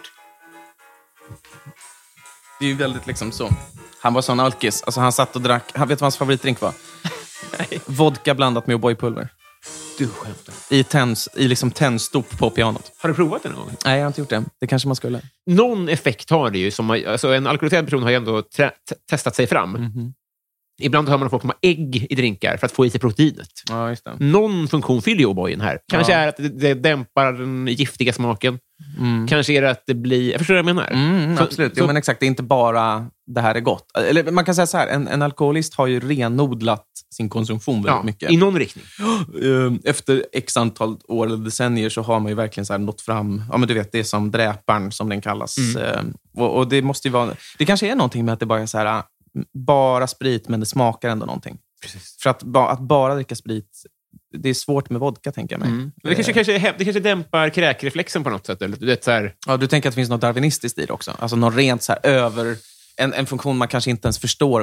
Det är ju väldigt liksom så. Han var sån alkis. Alltså han satt och drack. Han vet vad hans favoritdrink var? Nej. Vodka blandat med O'boy-pulver. Du skämtar. I liksom tändstop på pianot. Har du provat det någon gång? Nej, jag har inte gjort det. Det kanske man skulle. Någon effekt har det ju. Alltså en alkoholiserad person har ju ändå testat sig fram. Ibland hör man att folk har ägg i drinkar för att få i sig proteinet. Ja, just det. Någon funktion fyller ju O'boyen här. Kanske är att det dämpar den giftiga smaken. Kanske är det att det blir... Jag förstår vad jag menar. Absolut. Jo, men exakt, det är inte bara det här är gott. Eller man kan säga så här, en alkoholist har ju renodlat sin konsumtion väldigt mycket. I någon riktning. Efter x antal år eller decennier så har man ju verkligen så här nått fram. Ja, men du vet, det är som dräparen som den kallas. Och det måste ju vara... Det kanske är någonting med att det bara är så här... Bara sprit, men det smakar ändå någonting. Precis. För att bara dricka sprit, det är svårt med vodka, tänker jag mig. Men det kanske dämpar kräkreflexen på något sätt. Eller, du vet, så här... Ja, du tänker att det finns något darwinistiskt i det också. Alltså någon rent så här över... En funktion man kanske inte ens förstår,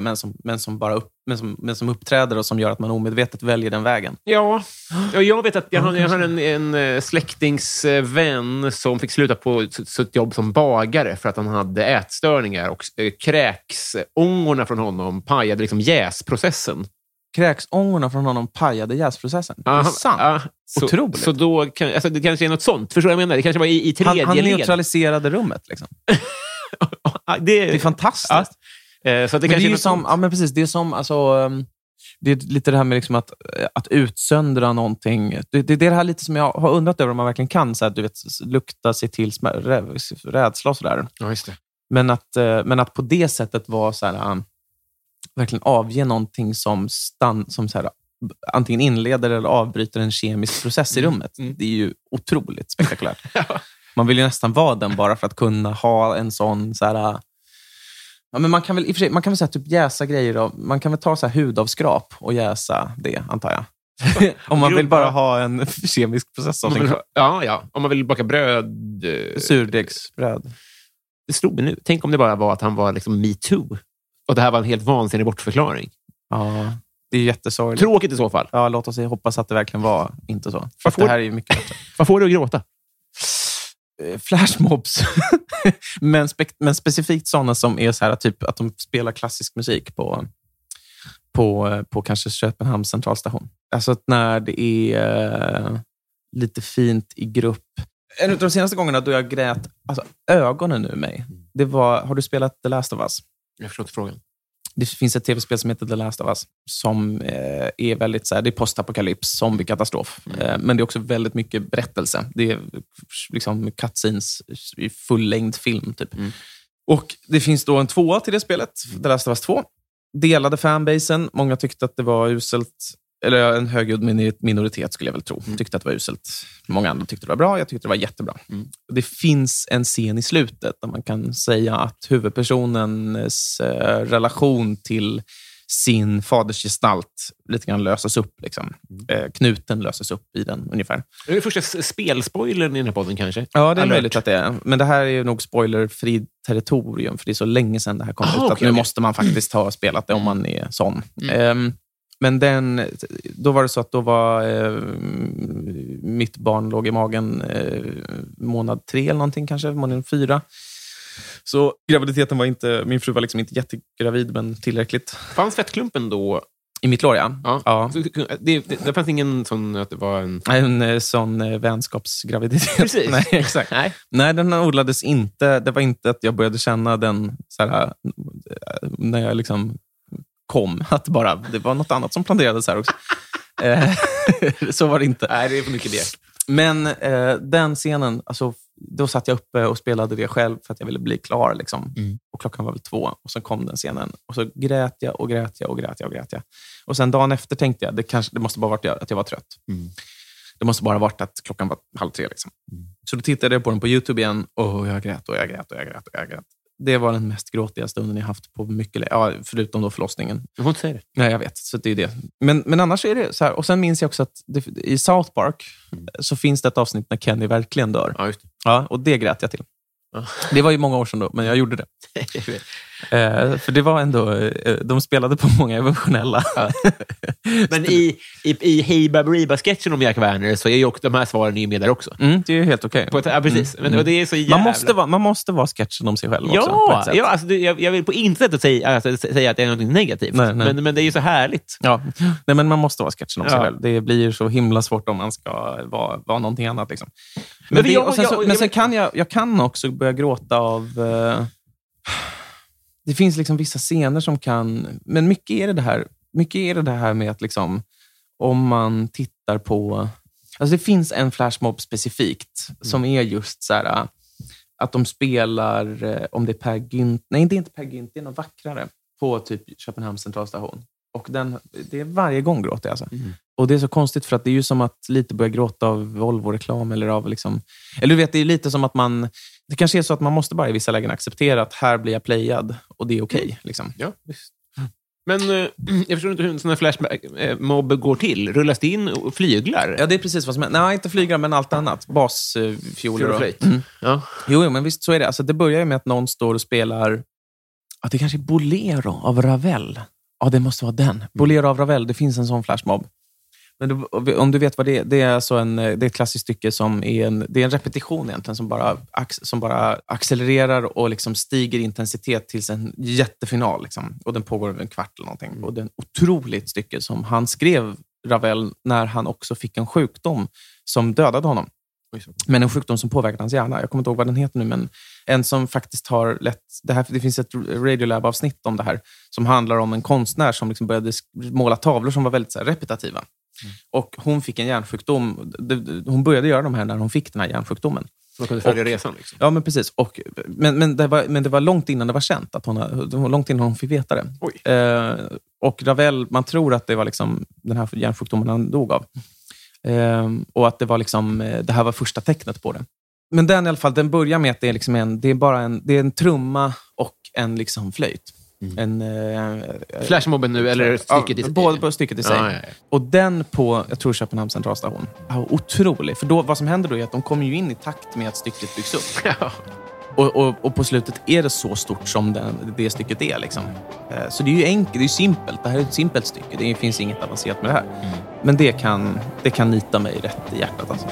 men som uppträder och som gör att man omedvetet väljer den vägen. Ja, jag vet att jag har en släktingsvän som fick sluta på sitt jobb som bagare för att han hade ätstörningar och kräksångorna från honom pajade liksom jäsprocessen. Kräksångorna från honom pajade jäsprocessen. Det är sant. Otroligt. Så då det kanske är något sånt. Förstår du vad jag menar? Det kanske var i tredje han led. neutraliserade rummet liksom. Det är fantastiskt. Ja. Så att det men kanske det är ju något som, sånt. ja men precis, det är som alltså, det är lite det här med liksom att utsöndra någonting. Det är det här lite som jag har undrat över om man verkligen kan så här, du vet, lukta sig till rädsla och sådär. Ja, just det. Men att på det sättet vara så här, verkligen avge någonting som så här, antingen inleder eller avbryter en kemisk process i rummet. Det är ju otroligt spektakulärt. Ja. Man vill ju nästan vara den bara för att kunna ha en sån så här... Ja, men man kan väl säga typ jäsa grejer av, man kan väl ta så här hudavskrap och jäsa det, antar jag. Om man vill bara ha en kemisk process av sin kropp. Ja. Om man vill baka bröd. Surdegsbröd. Det slog mig nu. Tänk om det bara var att han var liksom me too. Och det här var en helt vansinnig bortförklaring. Ja, det är jättesorgligt. Tråkigt i så fall. Ja, låt oss hoppas att det verkligen var inte så. För det här är ju mycket bättre. Vad får du att gråta? Flashmobs. men specifikt sådana som är så här typ att de spelar klassisk musik på kanske Köpenhamns centralstation. Alltså att när det är lite fint i grupp. En av de senaste gångerna då jag grät alltså ögonen ur mig. Det var, har du spelat The Last of Us? Jag förstår inte frågan. Det finns ett tv-spel som heter The Last of Us som är väldigt så här, det är postapokalyps, zombiekatastrof. Men det är också väldigt mycket berättelse. Det är liksom cutscenes i full-längd film typ. Och det finns då en 2 till det spelet, The Last of Us 2. Delade fanbasen. Många tyckte att det var uselt. Eller en högljudd minoritet skulle jag väl tro. Tyckte att det var uselt. Många andra tyckte det var bra. Jag tyckte det var jättebra. Det finns en scen i slutet där man kan säga att huvudpersonens relation till sin fadersgestalt lite grann löses upp. Liksom. Knuten löses upp i den ungefär. Det är det första spelspoilern i den här podden kanske? Ja, det är möjligt att det är. Men det här är ju nog spoilerfri territorium. För det är så länge sedan det här kom ut. Att nu måste man faktiskt ha spelat det om man är sån. Men då var det så att då var mitt barn låg i magen månad 3 eller någonting kanske, månad 4. Så graviditeten var inte, min fru var liksom inte jättegravid men tillräckligt. Fanns fettklumpen då? I mitt lår, ja. Det fanns ingen sån att det var en sån vänskapsgraviditet. Precis. Nej, exakt. Nej, den odlades inte. Det var inte att jag började känna den så här, när jag liksom kom, att bara, det var något annat som planterades här också. Så var det inte. Nej, det är för mycket det. Men den scenen, alltså, då satt jag uppe och spelade det själv för att jag ville bli klar. Liksom. Och klockan var väl 2 och så kom den scenen. Och så grät jag. Och sen dagen efter tänkte jag, det måste bara varit att jag var trött. Det måste bara varit att klockan var 2:30. Liksom. Så då tittade jag på den på YouTube igen och jag grät. Det var den mest gråtiga stunden jag haft på mycket förutom då förlossningen. Jag får inte säga det. Nej, jag vet. Så det är det. Men annars är det så här. Och sen minns jag också att i South Park så finns det ett avsnitt när Kenny verkligen dör. Ja, just det. Ja, och det grät jag till. Det var ju många år sedan då, men jag gjorde det. För det var ändå, de spelade på många emotionella. Men i Hey Baberiba-sketchen om Jack Werner så är ju också de här svaren ju med där också. Det är ju helt okej. Ja, precis. Men det är så jävla... man måste vara sketchen om sig själv också. Ja, alltså, jag vill på intet sätt säga att det är något negativt. Nej. Men det är ju så härligt. Ja. Nej, men man måste vara sketchen om sig själv. Det blir så himla svårt om man ska vara någonting annat. Liksom. Men sen kan jag kan också börja gråta av... det finns liksom vissa scener som kan... Men mycket är det här med att liksom... Om man tittar på... Alltså det finns en flashmob specifikt som är just så här... Att de spelar... Om det är Per Gynt... Nej, det är inte Per Gynt. Det är något vackrare. På typ Köpenhamns centralstation. Och det är varje gång gråter jag alltså. Och det är så konstigt för att det är ju som att lite börja gråta av Volvo-reklam eller av liksom... Eller du vet, det är lite som att man... Det kanske är så att man måste bara i vissa lägen acceptera att här blir jag playad och det är okej, liksom. Ja, visst. Men jag förstår inte hur en sån här flashmob går till. Rullas det in och flyglar? Ja, det är precis vad som är. Nej, inte flyglar, men allt annat. Basfioler och flöjt. Ja. Jo, men visst så är det. Alltså, det börjar ju med att någon står och spelar... Ja, det kanske är Bolero av Ravel. Ja, det måste vara den. Bolero av Ravel, det finns en sån flashmob. Men om du vet vad det är, alltså det är ett klassiskt stycke som är det är en repetition egentligen som bara accelererar och liksom stiger i intensitet tills en jättefinal liksom. Och den pågår över en kvart eller någonting. Och det är en otroligt stycke som han skrev, Ravel, när han också fick en sjukdom som dödade honom. Men en sjukdom som påverkade hans hjärna. Jag kommer inte ihåg vad den heter nu, men en som faktiskt har det finns ett Radiolab-avsnitt om det här som handlar om en konstnär som liksom började måla tavlor som var väldigt så här, repetitiva. Och hon fick en hjärnsjukdom. Hon började göra de här när hon fick den här hjärnsjukdomen. Så kunde följa resan liksom. Ja, men precis. Men det var långt innan det var känt. Det var långt innan hon fick veta det. Och Ravel, man tror att det var liksom den här hjärnsjukdomen han dog av. Och att det var liksom, det här var första tecknet på det. Men den i alla fall, den börjar med att det är liksom det är en trumma och en liksom flöjt. Flashmobben nu, eller stycket i sig? Både på stycket i sig. Ja. Och den på, jag tror Köpenhamns centralstation. Ja, otrolig. För då, vad som händer då är att de kommer ju in i takt med att stycket byggs upp. Ja. Och på slutet är det så stort som det stycket är. Liksom. Så det är ju enkelt, det är ju simpelt. Det här är ett simpelt stycke. Det finns inget avancerat med det här. Men det kan nita mig rätt i hjärtat alltså.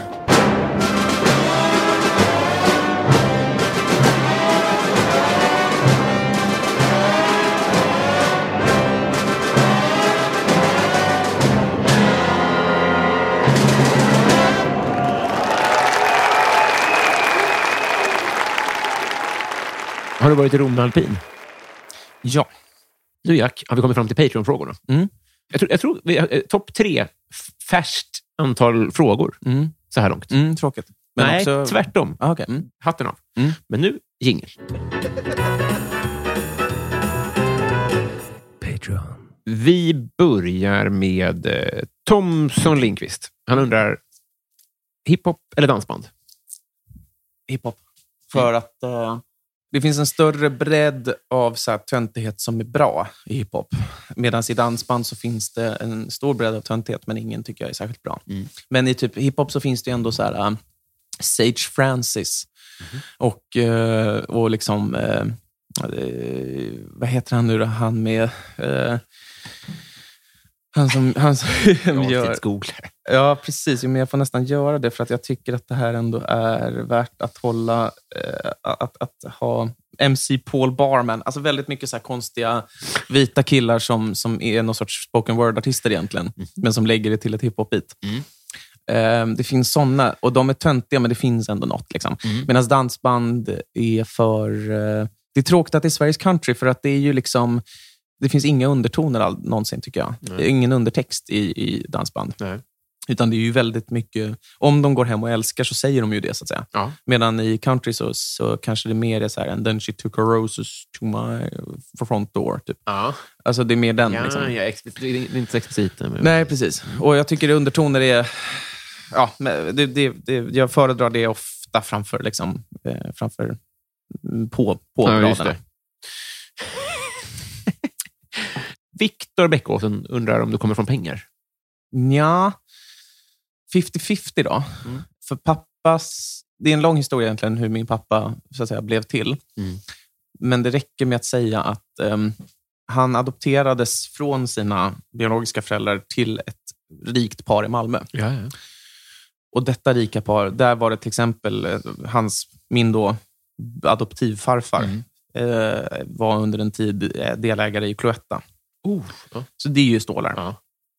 Har du varit i Rom med alpin? Ja. Nu Jack, har vi kommit fram till Patreon-frågorna. Jag tror vi har topp 3 färskt antal frågor så här långt. Tråkigt. Men nej, också... tvärtom. Okay. Hatten av. Men nu, jingle. Patreon. Vi börjar med Thomson Lindqvist. Han undrar, hiphop eller dansband? Hiphop. För att... det finns en större bredd av så här töntighet som är bra i hiphop. Medan i dansband så finns det en stor bredd av töntighet, men ingen tycker jag är särskilt bra. Men i typ hiphop så finns det ändå så här Sage Francis och liksom vad heter han nu då? Han med han som gör... Ja, precis. Men jag får nästan göra det för att jag tycker att det här ändå är värt att hålla... Att ha MC Paul Barman. Alltså väldigt mycket så här konstiga vita killar som är någon sorts spoken word-artister egentligen. Men som lägger det till ett hiphop-beat. Det finns sådana. Och de är töntiga, men det finns ändå något. Liksom. Medan dansband är för... det är tråkigt att det är Sveriges country för att det är ju liksom... Det finns inga undertoner någonsin tycker jag. Det är ingen undertext i dansband. Nej. Utan det är ju väldigt mycket... Om de går hem och älskar så säger de ju det så att säga. Ja. Medan i country så kanske det mer är så här... And then she took her roses to my front door. Typ. Ja. Alltså det är mer den. Ja, liksom. Det är inte så explicit. Men... Nej, precis. Och jag tycker undertoner är... Ja, jag föredrar det ofta framför liksom... Framför på raderna. Viktor Bäckåsen undrar om du kommer från pengar. Ja, 50-50 då. För pappas det är en lång historia egentligen hur min pappa så att säga blev till. Men det räcker med att säga att han adopterades från sina biologiska föräldrar till ett rikt par i Malmö. Ja. Och detta rika par, där var det till exempel min då adoptivfarfar var under en tid delägare i Cloetta. Så det är ju stålar. Ja.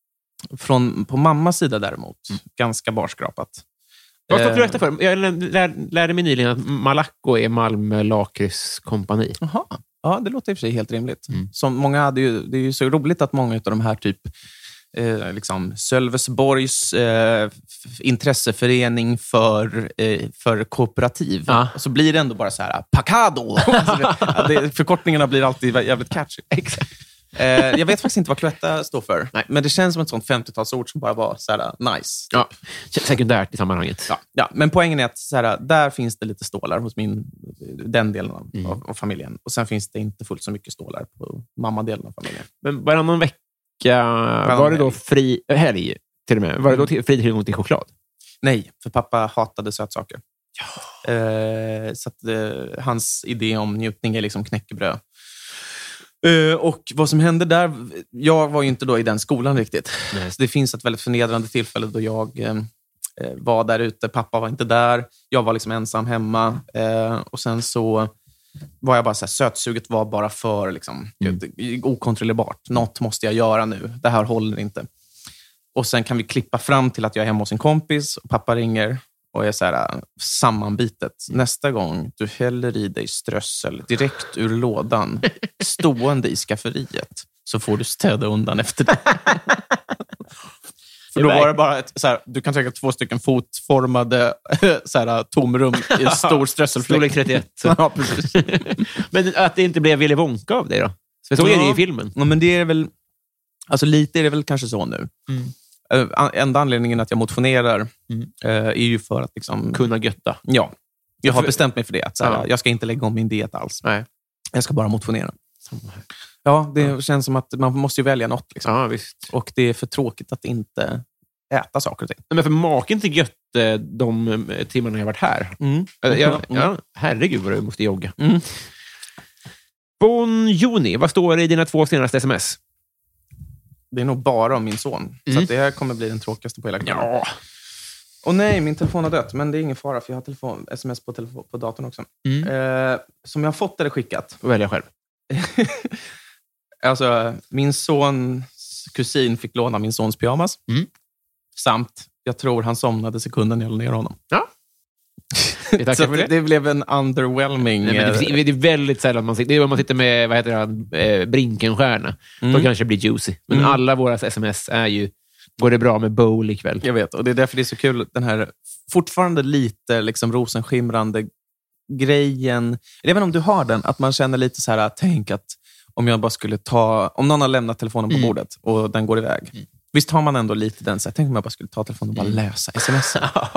På mammas sida däremot, ganska barskrapat. Vad står Cloetta för? Jag lärde mig nyligen att Malaco är Malmö lakritskompani. Jaha. Ja, det låter i och för sig helt rimligt. Som många hade ju, det är ju så roligt att många av de här typ liksom Sölvesborgs intresseförening för kooperativ. Och så blir det ändå bara så här Pacado. Förkortningarna blir alltid jävligt catchy. Exakt. Jag vet faktiskt inte vad Cloetta står för. Nej. Men det känns som ett sånt 50-talsord som bara var så här nice. Ja, sekundärt i sammanhanget. Ja, men poängen är att så här, där finns det lite stålar hos den delen av familjen. Och sen finns det inte fullt så mycket stålar på mammadelen av familjen. Men varannan vecka var det då fri helg till och med? Var det då fri tillgång till choklad? Nej, för pappa hatade sötsaker. Så att hans idé om njutning är liksom knäckebröd. Och vad som hände där, jag var ju inte då i den skolan riktigt. Nej. Så det finns ett väldigt förnedrande tillfälle då jag var där ute, pappa var inte där, jag var liksom ensam hemma och sen så var jag bara så här, sötsuget var bara för liksom, okontrollerbart. Något måste jag göra nu, det här håller inte. Och sen kan vi klippa fram till att jag är hemma hos en kompis och pappa ringer och är så här sammanbitet. Nästa gång du häller i dig strössel direkt ur lådan stående i skafferiet så får du städa undan efter det. För då var det bara så här, du kan tänka 2 stycken fotformade så här, tomrum i en stor strösselfläck. Storlek 31. Ja, precis. Men att det inte blev Willy Wonka av det då? Så är det i filmen. Ja, men det är väl, alltså lite är det väl kanske så nu. Enda anledningen att jag motionerar är ju för att liksom kunna götta. Ja, jag har bestämt mig för det. Att så här, jag ska inte lägga om min diet alls. Nej. Jag ska bara motionera. Ja, det känns som att man måste ju välja något. Liksom. Ja, visst. Och det är för tråkigt att inte äta saker och ting. Men för maken till götte de timmarna jag varit här. Herregud vad du måste jogga. Bon Juni, vad står det i dina 2 senaste sms? Det är nog bara om min son. Så att det här kommer bli den tråkigaste på hela kvällen. Ja. Och nej, min telefon har dött. Men det är ingen fara för jag har sms på datorn också. Som jag har fått eller skickat. Välja själv. Alltså, min sons kusin fick låna min sons pyjamas. Samt, jag tror han somnade sekunden jag la ner honom. Ja. Så det blev en underwhelming. Nej, men det är väldigt sällan man sitter. Det är om man sitter med, vad heter det, Brinkenstjärna. Då kanske det blir juicy. Men alla våra sms är ju, går det bra med bowl ikväll? Jag vet, och det är därför det är så kul. Den här fortfarande lite liksom rosenskimrande grejen. Jag vet inte om du har den, att man känner lite så här, tänk att om jag bara skulle om någon har lämnat telefonen på bordet och den går iväg. Visst har man ändå lite den så här, tänk om jag bara skulle ta telefonen och bara läsa sms.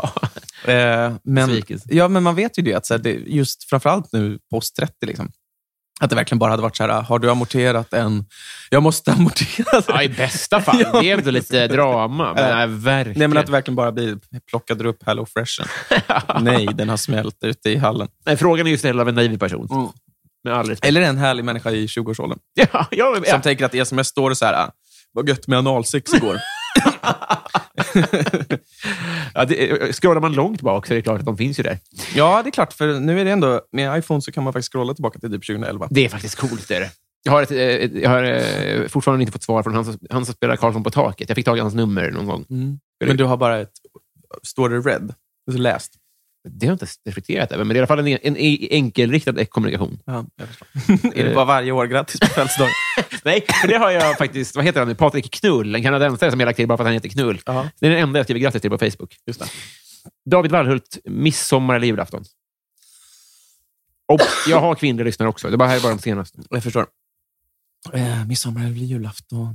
Men man vet ju det att så här, det, just framförallt nu post 30 liksom, att det verkligen bara hade varit så här, har du amorterat jag måste amortera. Ja, i bästa fall. Det är ändå lite drama. Men verkligen. Nej, men att det verkligen bara plockade upp Hello Freshen. Nej, den har smält ute i hallen. Nej, frågan är ju ställd av en naiv person. Med all respekt. Eller en härlig människa i 20-årsåldern. Som tänker att sms står så här, vad gött med analsex igår. Scrollar man långt bak så är det klart att de finns ju där. Ja, det är klart. För nu är det ändå, med iPhone så kan man faktiskt scrolla tillbaka till typ 2011. Det är faktiskt coolt, det är det. Jag har fortfarande inte fått svar från han som spelar Karlsson på taket. Jag fick tag i hans nummer någon gång. Men du har bara står det red? Du läst? Det har jag inte reflekterat över, men det är i alla fall en enkelriktad kommunikation. Ja, jag förstår. Är det bara varje år grattis på födelsedag? Nej, för det har jag faktiskt, vad heter han nu? Patrik Knull, en kanadensare som jag lagt till bara för att han heter Knull. Det är den enda jag skriver grattis till på Facebook. Just det. David Wallhult, midsommar eller julafton? Och jag har kvinnliga lyssnare också. Det här är bara de senaste. Jag förstår. Midsommar eller julafton?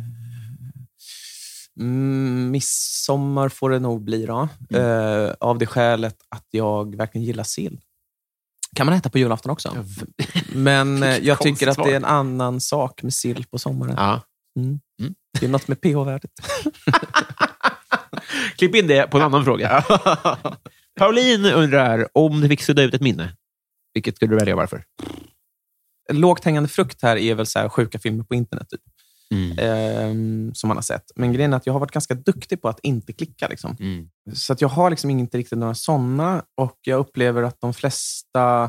Midsommar får det nog bli då. Av det skälet att jag verkligen gillar sill. Kan man äta på julafton också? Men jag tycker att det är en annan sak med sill på sommaren. Ja. Det är något med pH-värdet. Klipp in det på en annan fråga. Pauline undrar om du fick sudda ut ett minne. Vilket skulle du välja, varför? Lågt hängande frukt här är väl så här sjuka filmer på internet typ. Som man har sett. Men grejen är att jag har varit ganska duktig på att inte klicka liksom. Så att jag har liksom inte riktigt några sådana, och jag upplever att de flesta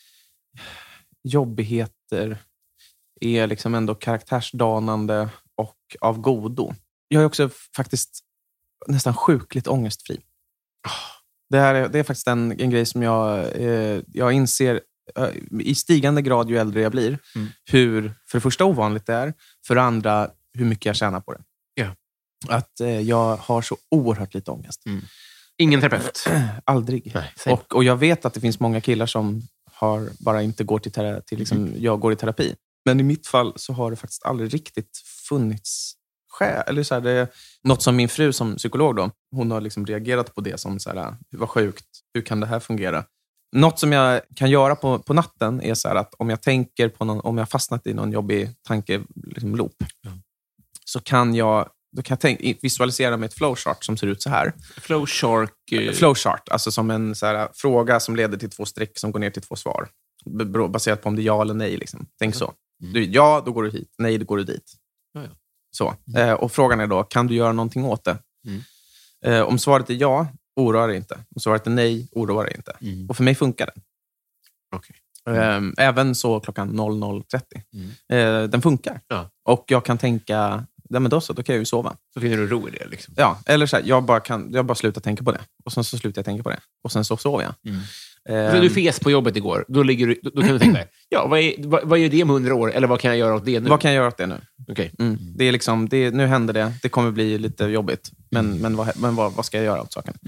jobbigheter är liksom ändå karaktärsdanande och av godo. Jag är också faktiskt nästan sjukligt ångestfri. Det är faktiskt en grej som jag inser i stigande grad ju äldre jag blir. Hur, för det första, ovanligt det är. För det andra, hur mycket jag tjänar på det. Ja. Att jag har så oerhört lite ångest. Ingen terapeut? Aldrig. Nej, och jag vet att det finns många killar som bara inte går till liksom, jag går i terapi. Men i mitt fall så har det faktiskt aldrig riktigt funnits skäl. Eller så här, det är något som min fru som psykolog då, hon har liksom reagerat på det som så här, vad sjukt, hur kan det här fungera? Något som jag kan göra på natten är så här att om jag tänker på om jag fastnat i någon jobbig tanke liksom loop, så kan jag visualisera med ett flowchart som ser ut så här. Flowchart, alltså som en så här, fråga som leder till 2 streck som går ner till 2 svar. Baserat på om det är ja eller nej. Liksom. Tänk så. Ja, då går du hit. Nej, då går du dit. Så. Och frågan är då, kan du göra någonting åt det? Om svaret är ja, oroar det inte. Om svaret är nej, oroar det inte. Och för mig funkar det. Okay. Även så klockan 00.30. Den funkar. Ja. Och jag kan tänka, men då kan jag ju sova. Så finner du ro i det liksom. Ja, eller så här, jag bara slutar tänka på det. Och sen så slutar jag tänka på det. Och sen så sover jag. Så du fes på jobbet igår. Då kan du tänka dig, ja, vad är det om 100 år? Eller vad kan jag göra åt det nu? Vad kan jag göra åt det nu? Okay. Det är liksom, nu händer det. Det kommer bli lite jobbigt. Men vad ska jag göra åt saken?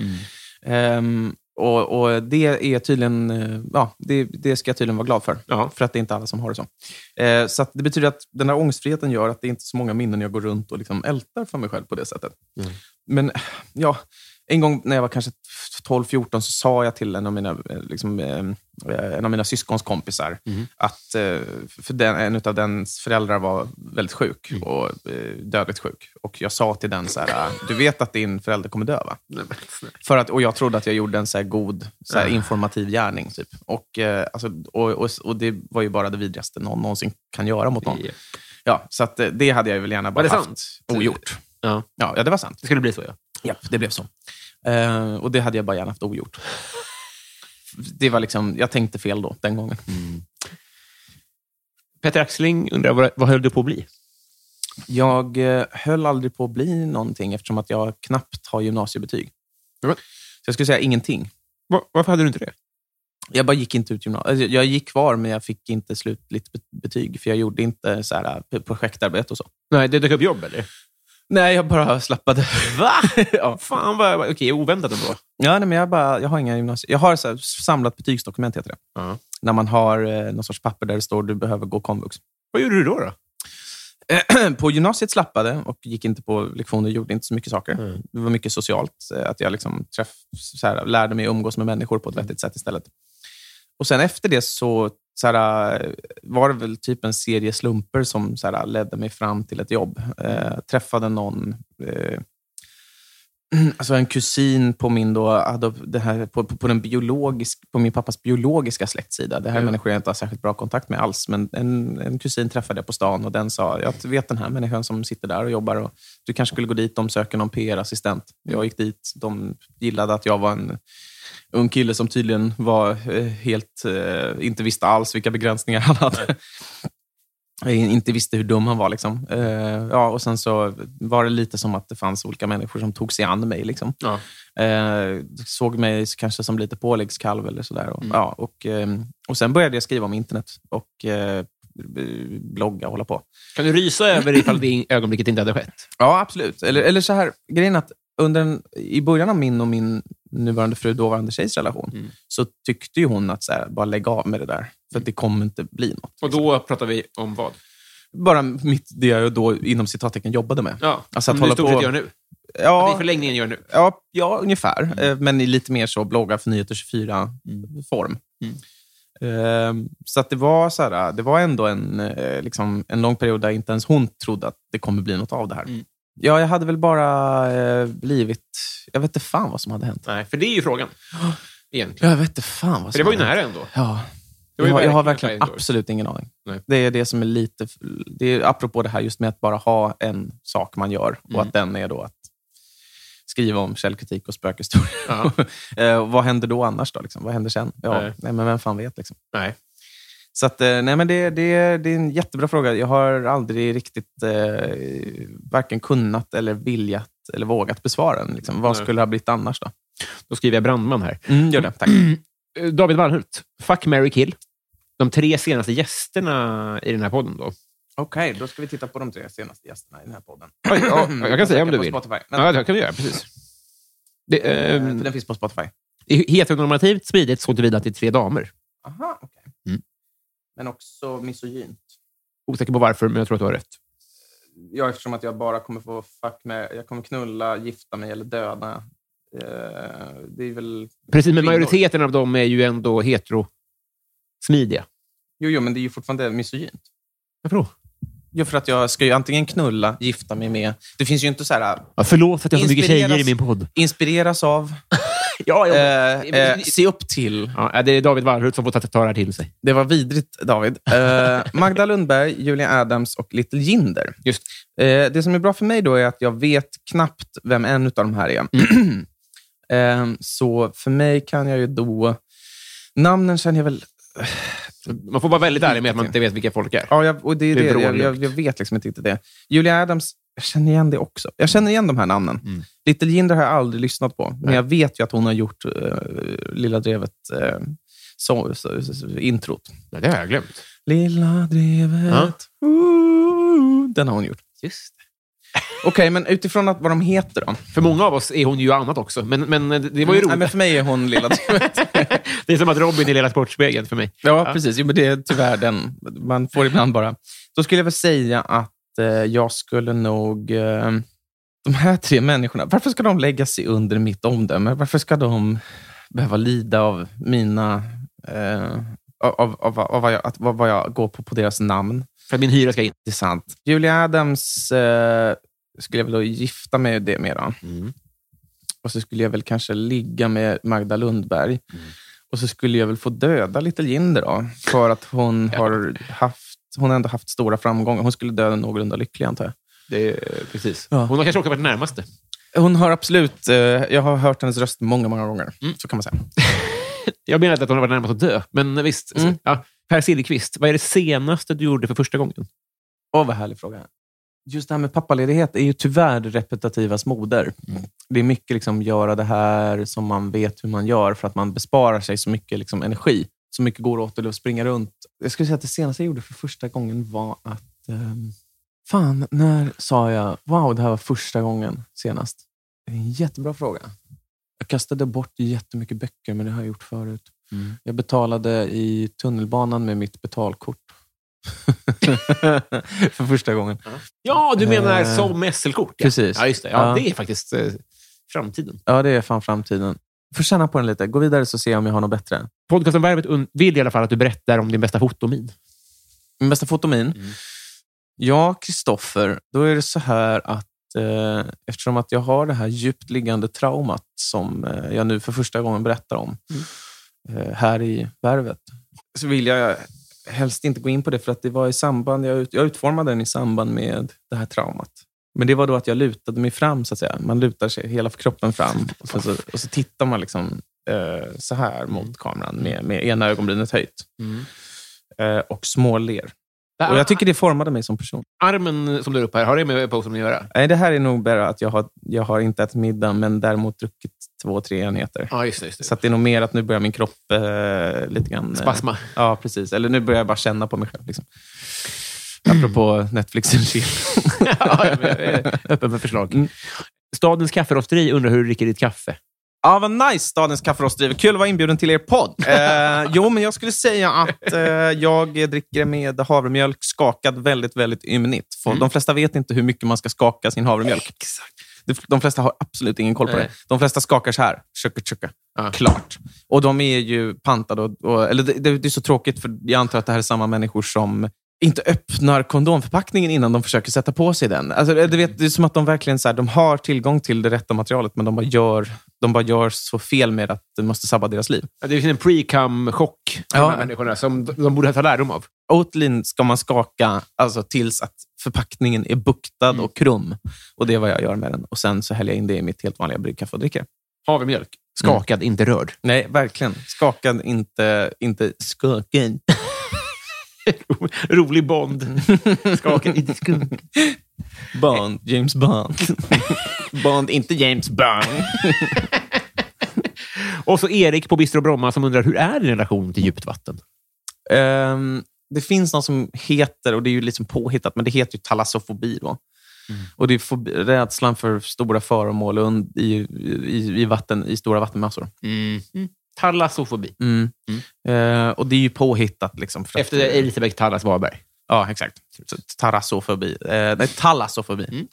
Och det är tydligen, det ska jag tydligen vara glad för. För att det är inte alla som har det så. Så att det betyder att den här ångestfriheten gör att det är inte så många minnen jag går runt och liksom ältar för mig själv på det sättet. Men ja, en gång när jag var kanske 12-14 så sa jag till en av mina syskons kompisar att för en av dens föräldrar var väldigt sjuk och dödligt sjuk. Och jag sa till den så här, du vet att din förälder kommer dö, va? Och jag trodde att jag gjorde en så här god så här informativ gärning typ. Och det var ju bara det vidrigaste någon någonsin kan göra mot någon. Ja, så att det hade jag väl gärna bara haft ogjort. Ja, det var sant. Det skulle bli så, ja. Ja, det blev så. Och det hade jag bara gärna haft ogjort. Det var liksom, jag tänkte fel då, den gången. Peter Axling undrar, vad höll du på att bli? Jag höll aldrig på att bli någonting eftersom att jag knappt har gymnasiebetyg. Så jag skulle säga ingenting. Varför hade du inte det? Jag bara gick inte ut gymnasiet. Jag gick kvar, men jag fick inte slutligt betyg. För jag gjorde inte så här projektarbete och så. Nej, det dök upp jobb, eller? Nej, jag bara slappade. Va? Ja. Fan, okej, oväntat ändå. Ja, nej, men jag har inga gymnasier. Jag har så här samlat betygsdokument, heter det. När man har någon sorts papper där det står du behöver gå komvux. Vad gjorde du då? På gymnasiet slappade och gick inte på lektioner, gjorde inte så mycket saker. Det var mycket socialt. Att jag liksom lärde mig umgås med människor på ett vettigt sätt istället. Och sen efter det så var det väl typ en serie slumper som ledde mig fram till ett jobb. Träffade någon, alltså en kusin på min då, det här, på min pappas biologiska släktsida. Det här är människor jag inte har särskilt bra kontakt med alls. Men en kusin träffade jag på stan och den sa, jag vet den här människan som sitter där och jobbar och du kanske skulle gå dit, de söker någon PR-assistent. Jag gick dit, de gillade att jag var en ung kille som tydligen var helt, inte visste alls vilka begränsningar han hade. Inte visste hur dum han var liksom. Och sen så var det lite som att det fanns olika människor som tog sig an mig liksom. Såg mig kanske som lite påläggskalv eller sådär. Och sen började jag skriva om internet och blogga och hålla på. Kan du rysa över ifall det ögonblicket inte hade skett? Ja, absolut. Eller så här, grejen att i början av min och min nuvarande fru, dåvarande tjejs relation, så tyckte ju hon att bara lägga av med det där. För att det kommer inte bli något. Och då pratar vi om vad? Bara det jag då inom citattecken jobbade med. Ja, alltså att hålla på. Gör nu. Ja, det är förlängningen gör nu. Ja, ungefär. Men i lite mer så bloggar för Nyheter 24-form. Så att det var ändå en lång period där inte ens hon trodde att det kommer bli något av det här. Ja, jag hade väl bara blivit Jag vet inte fan vad som hade hänt. Nej, för det är ju frågan. Egentligen. Jag vet inte fan vad som För det var ju hade nära hänt. ändå. Ja. Jag har verkligen absolut ingen aning. Nej. Det är det som är lite... Det är apropå det här just med att bara ha en sak man gör. Och att den är då att skriva om källkritik och spökhistoria. Vad händer då annars då? Liksom? Vad händer sen? Nej, men vem fan vet liksom. Nej. Så att, nej men det är en jättebra fråga. Jag har aldrig riktigt varken kunnat eller viljat eller vågat besvara den. Liksom. Vad skulle det ha blivit annars då? Då skriver jag brandman här. Gör det, tack. David Wallhult. Fuck, marry, kill. De 3 senaste gästerna i den här podden då. Okej, då ska vi titta på de 3 senaste gästerna i den här podden. Jag kan säga om du vill. Spotify. Ja, det kan du göra, precis. Den finns på Spotify. Det är heteronormativt smidigt så tillvida att det är 3 damer. Aha, okej. Men också misogynt. Osäker på varför, men jag tror att du har rätt. Ja, eftersom att jag bara kommer få fuck med... Jag kommer knulla, gifta mig eller döda. Det är väl... Precis, men majoriteten av dem är ju ändå heterosmidiga. Jo, men det är ju fortfarande misogynt. Varför då? Jo, för att jag ska ju antingen knulla, gifta mig med... Det finns ju inte så här... Ja, förlåt för att jag har så mycket tjejer i min podd. Inspireras av... se upp till. Ja, det är David Wallhult som får ta det här till sig. Det var vidrigt, David. Magda Lundberg, Julia Adams och Little Jinder. Just. Det som är bra för mig då är att jag vet knappt vem en av de här är. Så för mig kan jag ju då... Namnen känner jag väl... Man får vara väldigt ärlig med att man inte vet vilka folk är. Ja, och det är det. Jag vet liksom inte det. Julia Adams, jag känner igen det också. Jag känner igen de här namnen. Little Jinder har jag aldrig lyssnat på. Men jag vet ju att hon har gjort Lilla Drevet introt. Nej, det har jag glömt. Lilla Drevet. Den har hon gjort. Just det. Okej, men utifrån vad de heter då? För många av oss är hon ju annat också. Men det var ju roligt. Nej, men för mig är hon Lilla Drevet. Det är som att Robin är Lilla Sportspegeln för mig. Ja, precis. Jo, men det är tyvärr den. Man får ibland bara... Då skulle jag väl säga att jag skulle nog... de här 3 människorna, varför ska de lägga sig under mitt omdöme? Varför ska de behöva lida av mina... av vad jag går på deras namn? För att min hyra ska in. Det är sant. Julia Adams skulle jag väl då gifta mig det med då. Och så skulle jag väl kanske ligga med Magda Lundberg. Och så skulle jag väl få döda Little Jinder då. För att hon hon har ändå haft stora framgångar. Hon skulle döda någorlunda lycklig, antar jag. Det är precis. Ja. Hon har kanske också varit närmaste. Hon har absolut... jag har hört hennes röst många gånger. Så kan man säga. Jag menar inte att hon har varit närmast att dö. Men visst. Ja. Per Silvqvist, vad är det senaste du gjorde för första gången? Vad härlig fråga. Just det här med pappaledighet är ju tyvärr det repetitivas moder. Det är mycket liksom göra det här som man vet hur man gör för att man besparar sig så mycket liksom energi. Så mycket går åt att springa runt. Jag skulle säga att det senaste jag gjorde för första gången var att... när sa jag wow, det här var första gången senast? Det är en jättebra fråga. Jag kastade bort jättemycket böcker, men det har jag gjort förut. Jag betalade i tunnelbanan med mitt betalkort. För första gången. Ja, du menar som SL-kort. Ja. Precis. Ja, just det. Ja, det är faktiskt framtiden. Ja, det är fan framtiden. Får känna på den lite. Gå vidare så ser jag om jag har något bättre. Podcasten Värvet vill i alla fall att du berättar om din bästa fotomin. Min bästa fotomin? Ja, Kristoffer. Då är det så här att eftersom att jag har det här djupt liggande traumat som jag nu för första gången berättar om här i Värvet, så vill jag helst inte gå in på det, för att det var i samband, jag utformade den i samband med det här traumat. Men det var då att jag lutade mig fram, så att säga. Man lutar sig hela kroppen fram och så tittar man liksom så här mot kameran med ena ögonbrynet höjt. Och småler. Och jag tycker det formade mig som person. Armen som du är upp här, har det med posen att göra? Nej, det här är nog bara att jag har inte ätit middag, men däremot druckit 2-3 enheter. Ja, just det. Så att det är nog mer att nu börjar min kropp lite grann... Spasma. Ja, precis. Eller nu börjar jag bara känna på mig själv. Liksom. Apropå Netflix and chill. Ja, jag är öppen för förslag. Stadens kafferosteri undrar hur du dricker ditt kaffe. Ja, vad nice, Stadens kafferosteri. Kul att vara inbjuden till er podd. Jo, men jag skulle säga att jag dricker med havremjölk skakad väldigt, väldigt ymnigt. För de flesta vet inte hur mycket man ska skaka sin havremjölk. Exakt. De flesta har absolut ingen koll på det. De flesta skakar så här. Tjucka. Klart. Och de är ju pantade. Eller det är så tråkigt, för jag antar att det här är samma människor som inte öppnar kondomförpackningen innan de försöker sätta på sig den. Alltså, det är som att de verkligen så här, de har tillgång till det rätta materialet, men de bara gör så fel med att det måste sabba deras liv. Ja, det är en pre-cum-chock för de här människorna som de borde ta lärdom av. Oatly ska man skaka alltså, tills att förpackningen är buktad och krum. Och det är vad jag gör med den. Och sen så häller jag in det i mitt helt vanliga bryggkaffe och dricker. Havremjölk. Skakad, inte rörd. Nej, verkligen. Skakad, inte skakad. Rolig Bond. Skakad, inte skakad. Bond, James Bond. Bond, inte James Bond. Och så Erik på Bistro Bromma som undrar, hur är din relation till djupt vatten? Det finns något som heter, och det är ju liksom påhittat, men det heter ju talassofobi då. Och det är rädslan för stora föremål i vatten, i stora vattenmassor. Talassofobi. Och det är ju påhittat liksom. Efter Elisabeth Tallas Warberg. Ja, exakt. Talassofobi. Nej, talassofobi.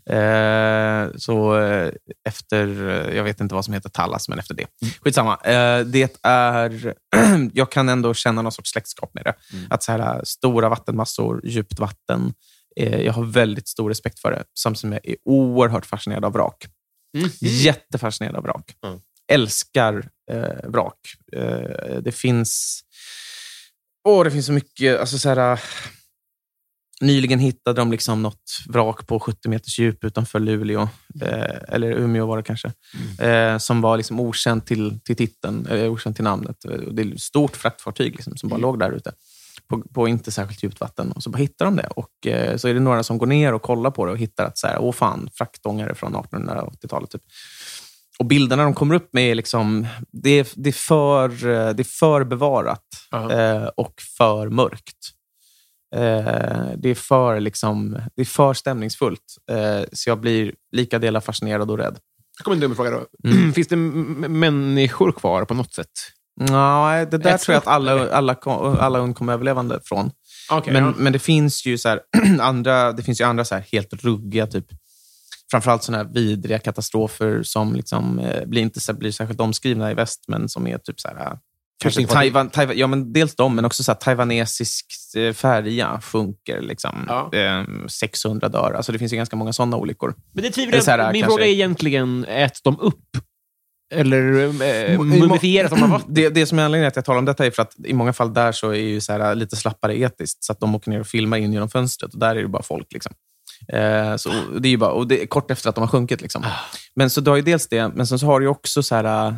Så efter, jag vet inte vad som heter Tallas, men efter det. Skitsamma. Det är, jag kan ändå känna någon sorts släktskap med det. Att så här, stora vattenmassor, djupt vatten, jag har väldigt stor respekt för det. Samtidigt som jag är oerhört fascinerad av vrak. Jättefascinerad av vrak. Älskar vrak. Det finns så mycket, alltså så här, nyligen hittade de liksom något vrak på 70 meters djup utanför Luleå, eller Umeå var det kanske, som var liksom okänt till titeln, okänt till namnet. Det är ett stort fraktfartyg liksom, som bara låg där ute på inte särskilt djupt vatten, och så bara hittar de det, och så är det några som går ner och kollar på det och hittar att så här, fraktångare från 1880-talet typ. Och bilderna de kommer upp med är liksom, det är för bevarat och för mörkt. Det är för stämningsfullt. Så jag blir lika delar fascinerad och rädd. Jag kommer en dum fråga då. Finns det människor kvar på något sätt? Nej, det där tror jag att alla undkommer överlevande från. Okay, men det finns ju så här andra så här helt ruggiga typ, framförallt sådana här vidriga katastrofer som liksom blir särskilt omskrivna i väst, men som är typ så här kanske Taiwan, ja, men dels men också så här taiwanesisk färja sjunker liksom, 600 dör. Alltså det finns ju ganska många sådana olyckor. Men det tvivlar jag. Min fråga är egentligen, äts de upp? Eller mumifieras de av vatten? Det som är anledningen att jag talar om detta är för att i många fall där så är ju så här lite slappare etiskt, så att de åker ner och filmar in genom fönstret, och där är det bara folk liksom. Så det är ju bara, och det är kort efter att de har sjunkit liksom. Men så drar ju dels det, men sen så har du ju också så här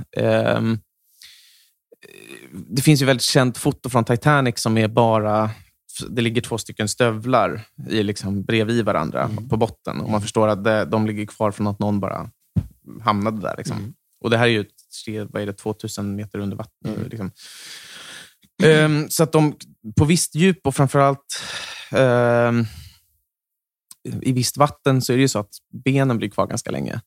det finns ju väldigt känt foto från Titanic som är bara, det ligger 2 stycken stövlar i liksom bredvid varandra på botten, och man förstår att de ligger kvar från att någon bara hamnade där liksom. Och det här är ju 2000 meter under vatten liksom. Så att de på visst djup, och framförallt i visst vatten, så är det ju så att benen blir kvar ganska länge.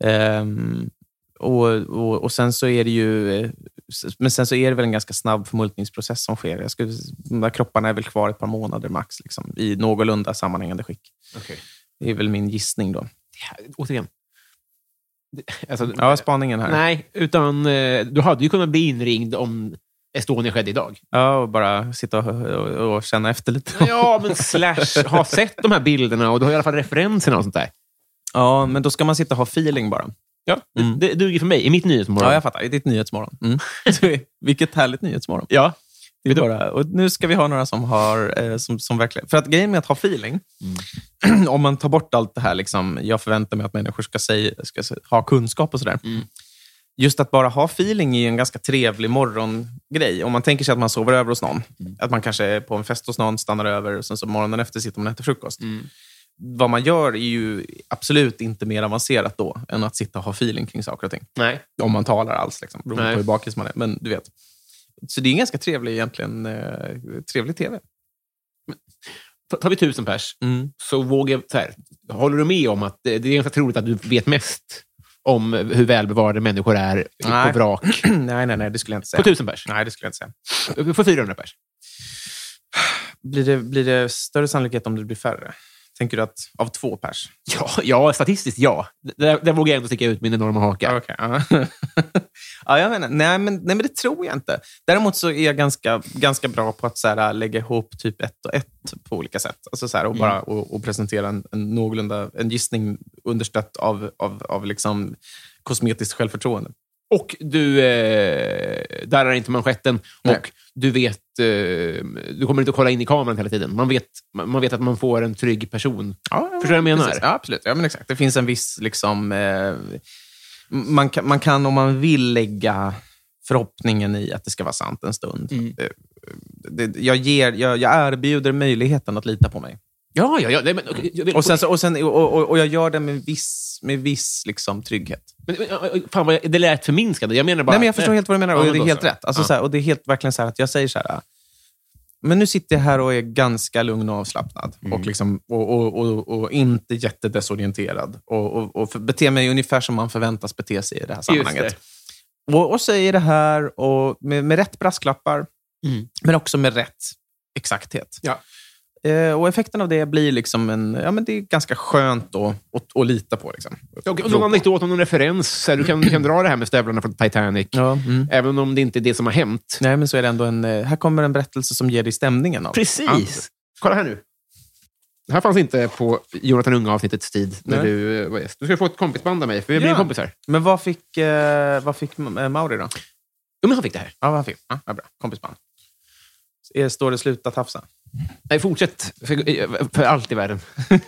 Och sen så är det ju, men sen så är det väl en ganska snabb förmultningsprocess som sker. De där kropparna är väl kvar ett par månader max liksom, i någorlunda sammanhängande skick. Okay. Det är väl min gissning då. Återigen. Alltså, ja, spaningen här. Nej, utan du hade ju kunnat bli inringd om Estonia skedde idag. Ja, och bara sitta och känna efter lite. Ja, men / ha sett de här bilderna, och du har i alla fall referenserna och sånt där. Ja, men då ska man sitta och ha feeling bara. Ja, det duger för mig i mitt nyhetsmorgon. Ja, jag fattar. I ditt nyhetsmorgon. Vilket härligt nyhetsmorgon. Ja. Det är bara, och nu ska vi ha några som har som verkligen, för att grejen med att ha feeling, om man tar bort allt det här liksom, jag förväntar mig att människor ska ha kunskap och sådär. Just att bara ha feeling är en ganska trevlig morgongrej. Om man tänker sig att man sover över hos någon, att man kanske är på en fest hos någon, stannar över, och sen så morgonen efter sitter man och äter frukost. Vad man gör är ju absolut inte mer avancerat då än att sitta och ha feeling kring saker och ting. Nej. Om man talar alls liksom, beroende på hur bakis man är. Men du vet. Så det är en ganska trevlig egentligen, trevlig tv. Tar vi 1000 pers, så vågar så här, håller du med om att det är ganska troligt att du vet mest om hur välbevarade människor är på vrak? Nej, det skulle jag inte säga. På 1000 pers? Nej, det skulle jag inte säga. På 400 pers? Blir det större sannolikhet om det blir färre? Tänker du att av 2 pers? Ja, statistiskt ja. Där vågar jag ändå sticka ut min enorma haka. Okay, ja, jag menar, nej, men det tror jag inte. Däremot så är jag ganska bra på att så här, lägga ihop typ 1 och 1 på olika sätt. Alltså så här, och bara och presentera en någorlunda en gissning understött av liksom kosmetiskt självförtroende. Och du darrar inte manschetten. Nej. Och du vet, du kommer inte att kolla in i kameran hela tiden. Man vet att man får en trygg person. Ja, förstår du vad jag menar? Precis. Ja, absolut. Ja, men exakt. Det finns en viss liksom, man kan om man vill lägga förhoppningen i att det ska vara sant en stund. Jag erbjuder möjligheten att lita på mig. Ja. Nej, men, och jag gör det med viss liksom, trygghet. Fan, det lät förminskande. Jag menar bara... Nej, men jag förstår helt vad du menar. Och det är helt rätt. Alltså, så här, och det är helt verkligen så här att jag säger så här... Men nu sitter jag här och är ganska lugn och avslappnad. Och, liksom, och inte jättedesorienterad. Och beter mig ungefär som man förväntas bete sig i det här sammanhanget. Och säger det här och med rätt brasklappar. Men också med rätt exakthet. Ja. Och effekten av det blir liksom men det är ganska skönt att lita på. Liksom. Och någon anekdot om någon referens. Du kan dra det här med stövlarna från Titanic. Ja, även om det inte är det som har hänt. Nej, men så är det ändå här kommer en berättelse som ger dig stämningen av. Precis. Kolla här nu. Det här fanns inte på Jonathan Unge-avsnittets tid när du var gäst. Du ska få ett kompisband av mig, för vi blir kompisar. Men vad fick Mauri då? Jo, men han fick det här. Ja, vad han fick. Ja, bra. Kompisband. Står det sluta tafsa? Nej, fortsätt. För allt i världen.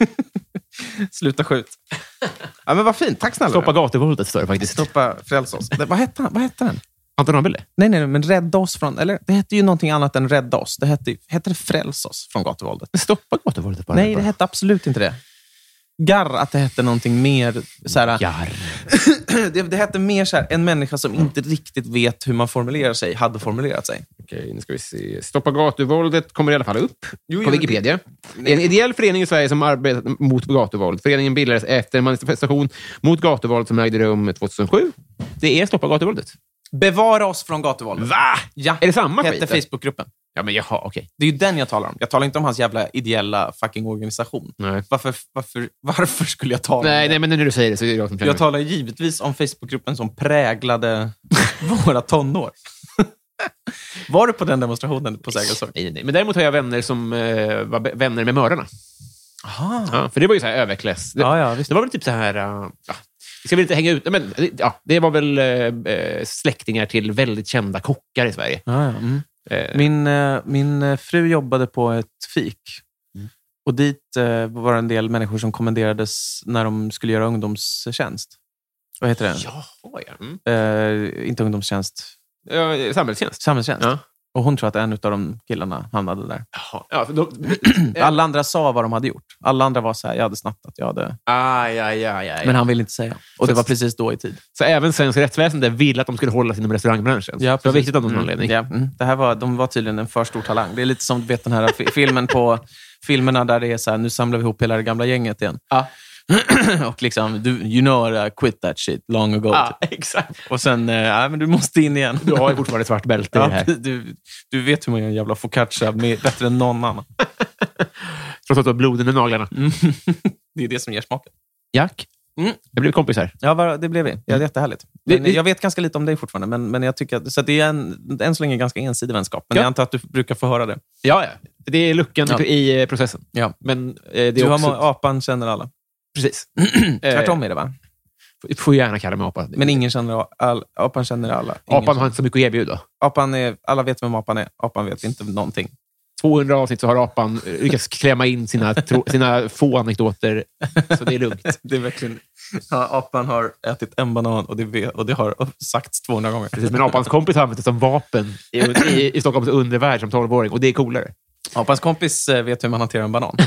Sluta skjut. Ja, men vad fint. Tack snälla. Stoppa gatuvåldet står det faktiskt. Stoppa frälsa oss. Vad hette den? Anton Abele? Nej, men rädda oss från... Eller det hette ju någonting annat än rädda oss. Det hette fräls oss från gatuvåldet. Stoppa gatuvåldet bara. Nej, det hette absolut inte det. Garr, att det hette någonting mer så här... Garr. det hette mer så här, en människa som inte riktigt vet hur man formulerar sig, hade formulerat sig. Okej, nu ska vi se. Stoppa gatuvåldet kommer i alla fall upp på Wikipedia. En ideell förening i Sverige som arbetar mot gatuvåld. Föreningen bildades efter en manifestation mot gatuvåld som ägde rum 2007. Det är Stoppa gatuvåldet. Bevara oss från gatuvåldet. Va? Ja. Är det samma skit? Hette Facebookgruppen. Ja, men jaha, okej. Det är ju den jag talar om. Jag talar inte om hans jävla ideella fucking organisation. Nej. Varför skulle jag tala om det? Nej, men när du säger det så är det jag som Jag talar givetvis om Facebookgruppen som präglade våra tonår. Var du på den demonstrationen på Sergels torg? Nej. Men däremot har jag vänner som var vänner med mördarna. Aha. Ja, för det var ju så här överklass. Ja, visst. Det var väl typ så här... vi ska väl inte hänga ut... Men det var väl släktingar till väldigt kända kockar i Sverige. Ja. Min fru jobbade på ett fik. Och dit var en del människor som kommenderades när de skulle göra ungdomstjänst. Vad heter det? Ja. Inte ungdomstjänst. Samhällstjänst. Samhällstjänst. Ja. Och hon tror att en av de killarna hamnade där. Jaha. Ja, för alla andra sa vad de hade gjort. Alla andra var så här, jag hade snattat, jag hade... Ja. Men han ville inte säga. Och det var precis då i tid. Så även svensk rättsväsende ville att de skulle hålla sig inom restaurangbranschen. Ja, det var viktigt av någon anledning. Ja, det här de var tydligen en för stor talang. Det är lite som vet den här filmen på filmerna där det är så här, nu samlar vi ihop hela det gamla gänget igen. Ja. Och liksom, you know I quit that shit long ago. Ja, exakt. Och sen, men du måste in igen. Du har ju fortfarande svart bälte i det här. Du vet hur man gör en jävla focaccia bättre än någon annan. Trots att du har bloden i naglarna. Det är det som ger smaken. Jack, jag blev kompis här. Ja, det blev vi. Ja, det är jättehärligt. Jag vet ganska lite om dig fortfarande, men jag tycker att så det är än så länge ganska ensidig vänskap. Men jag antar att du brukar få höra det. Ja. Det är luckan i processen. Ja. Men det är också... apan känner alla. Precis. Tvärtom är det, va? Får gärna kalla mig apa. Men ingen känner apan känner alla. Apan har inte så mycket att erbjuda. Alla vet vem apan är. Apan vet inte någonting. 200 avsnitt så har apan lyckats klämma in sina få anekdoter. Så det är lugnt. Det är verkligen... Ja, apan har ätit en banan och det har sagts 200 gånger. Precis, men apans kompis har använt det som vapen i Stockholms undervärld som 12-åring. Och det är coolare. Apans kompis vet hur man hanterar en banan.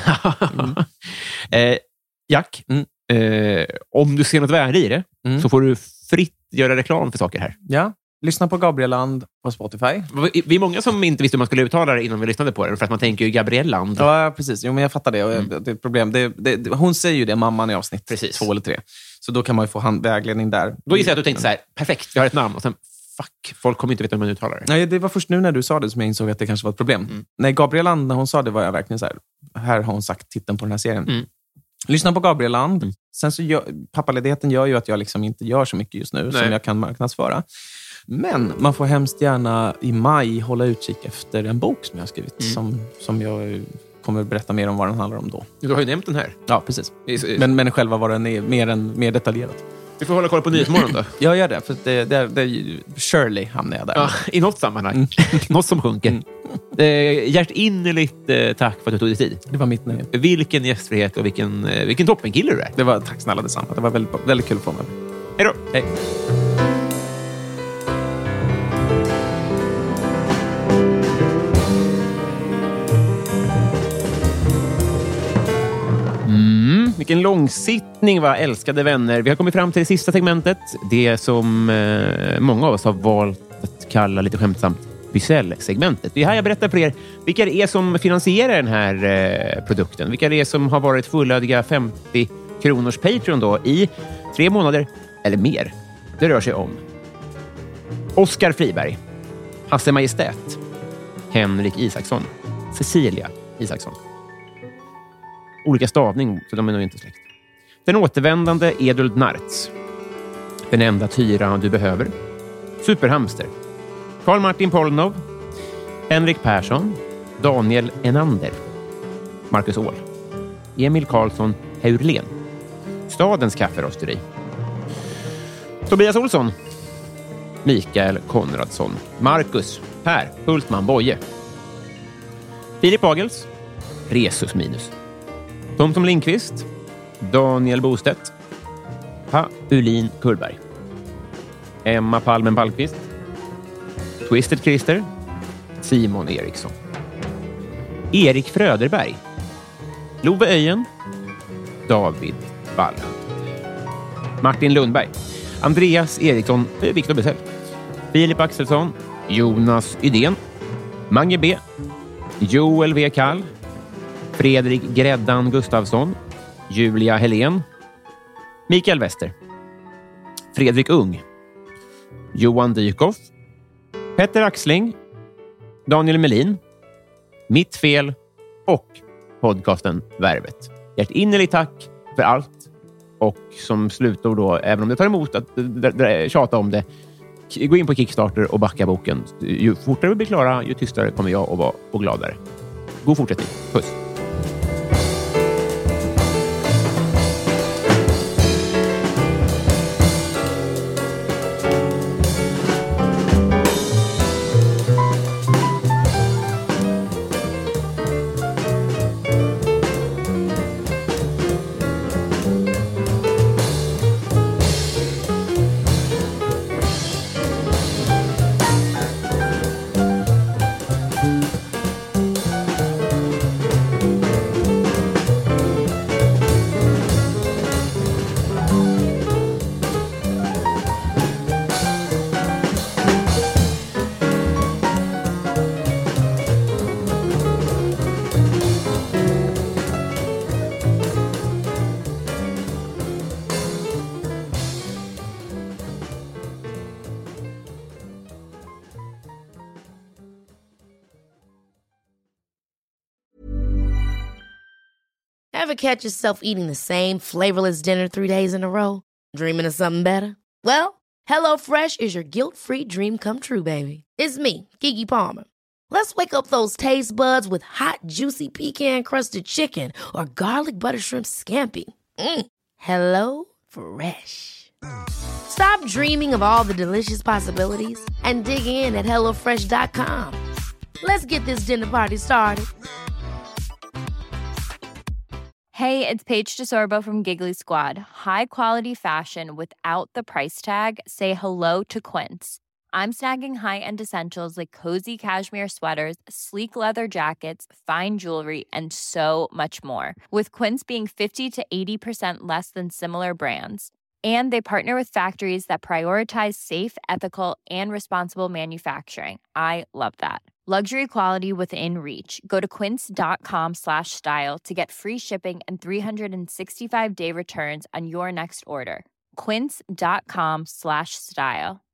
Jack, om du ser något värde i det så får du fritt göra reklam för saker här. Ja, lyssna på Gabrielland på Spotify. Vi är många som inte visste hur man skulle uttala det innan vi lyssnade på det, för att man tänker ju Gabrielland. Ja, precis. Jo, men jag fattar det. Och det är ett problem. Hon säger ju det, mamman i avsnitt 2 eller 3. Så då kan man ju få vägledning där. Då gissar jag att du tänkte så här, perfekt, jag har ett namn. Och sen fuck, folk kommer inte veta hur man uttalar det. Nej, det var först nu när du sa det som jag insåg att det kanske var ett problem. Nej, Gabriel Land, när hon sa det var jag verkligen så här har hon sagt titeln på den här serien. Lyssna på Gabriel Land. Sen så pappaledigheten gör ju att jag liksom inte gör så mycket just nu som jag kan marknadsföra. Men man får hemskt gärna i maj hålla utkik efter en bok som jag har skrivit som jag kommer berätta mer om vad den handlar om då. Du har ju nämnt den här. Ja, precis. Men själva vad den är mer detaljerat. Du får hålla koll på Nyhetsmorgon då. Jag gör det, för det Shirley hamnar jag där. Ja, i något sammanhang. Något som sjunker. Hjärtinnerligt tack för att du tog dig tid. Det var mitt nöje. Vilken gästfrihet och vilken toppenkille du är. Det var tack snälla detsamma. Det var väldigt, väldigt kul att få med. Hej då. Hej. Vilken långsittning, va, älskade vänner. Vi har kommit fram till det sista segmentet. Det som många av oss har valt att kalla lite skämtsamt Bysell-segmentet. Det är här jag berättar för er vilka det är som finansierar den här produkten. Vilka det är som har varit fullödiga 50 kronors Patreon då i 3 månader eller mer. Det rör sig om Oskar Friberg, Hasse Majestät, Henrik Isaksson, Cecilia Isaksson. Olika stavning, så de är nog inte släkt. Den återvändande Eduld Narts. Den enda tyra du behöver. Superhamster. Karl Martin Polnov. Henrik Persson. Daniel Enander. Marcus Åhl. Emil Karlsson Heurlen. Stadens kafferosteri. Tobias Olsson. Mikael Konradsson. Marcus Per Hultman Boye. Filip Agels. Resus Minus. Tom Lindqvist, Daniel Bostedt, Ulin Kullberg, Emma Palmen Palmqvist, Twisted Christer, Simon Eriksson, Erik Fröderberg, Love Öjen, David Wallland, Martin Lundberg, Andreas Eriksson, Viktor Bessel, Filip Axelsson, Jonas Ydén, Mange B, Joel V. Kall, Fredrik Gräddan Gustafsson, Julia Helén, Mikael Wester, Fredrik Ung, Johan Dykhoff, Petter Axling, Daniel Melin, Mitt fel och podcasten Värvet. Hjärtinnerligt tack för allt, och som slutord då, även om det tar emot att tjata om det, gå in på Kickstarter och backa boken. Ju fortare vi blir klara, ju tystare kommer jag att vara och gladare. God fortsättning. Puss. Ever catch yourself eating the same flavorless dinner 3 days in a row? Dreaming of something better? Well, HelloFresh is your guilt-free dream come true, baby. It's me, Keke Palmer. Let's wake up those taste buds with hot, juicy pecan-crusted chicken or garlic butter shrimp scampi. Hello Fresh. Stop dreaming of all the delicious possibilities and dig in at HelloFresh.com. Let's get this dinner party started. Hey, it's Paige DeSorbo from Giggly Squad. High quality fashion without the price tag. Say hello to Quince. I'm snagging high-end essentials like cozy cashmere sweaters, sleek leather jackets, fine jewelry, and so much more. With Quince being 50 to 80% less than similar brands. And they partner with factories that prioritize safe, ethical, and responsible manufacturing. I love that. Luxury quality within reach. Go to quince.com/style to get free shipping and 365-day returns on your next order. Quince.com/style.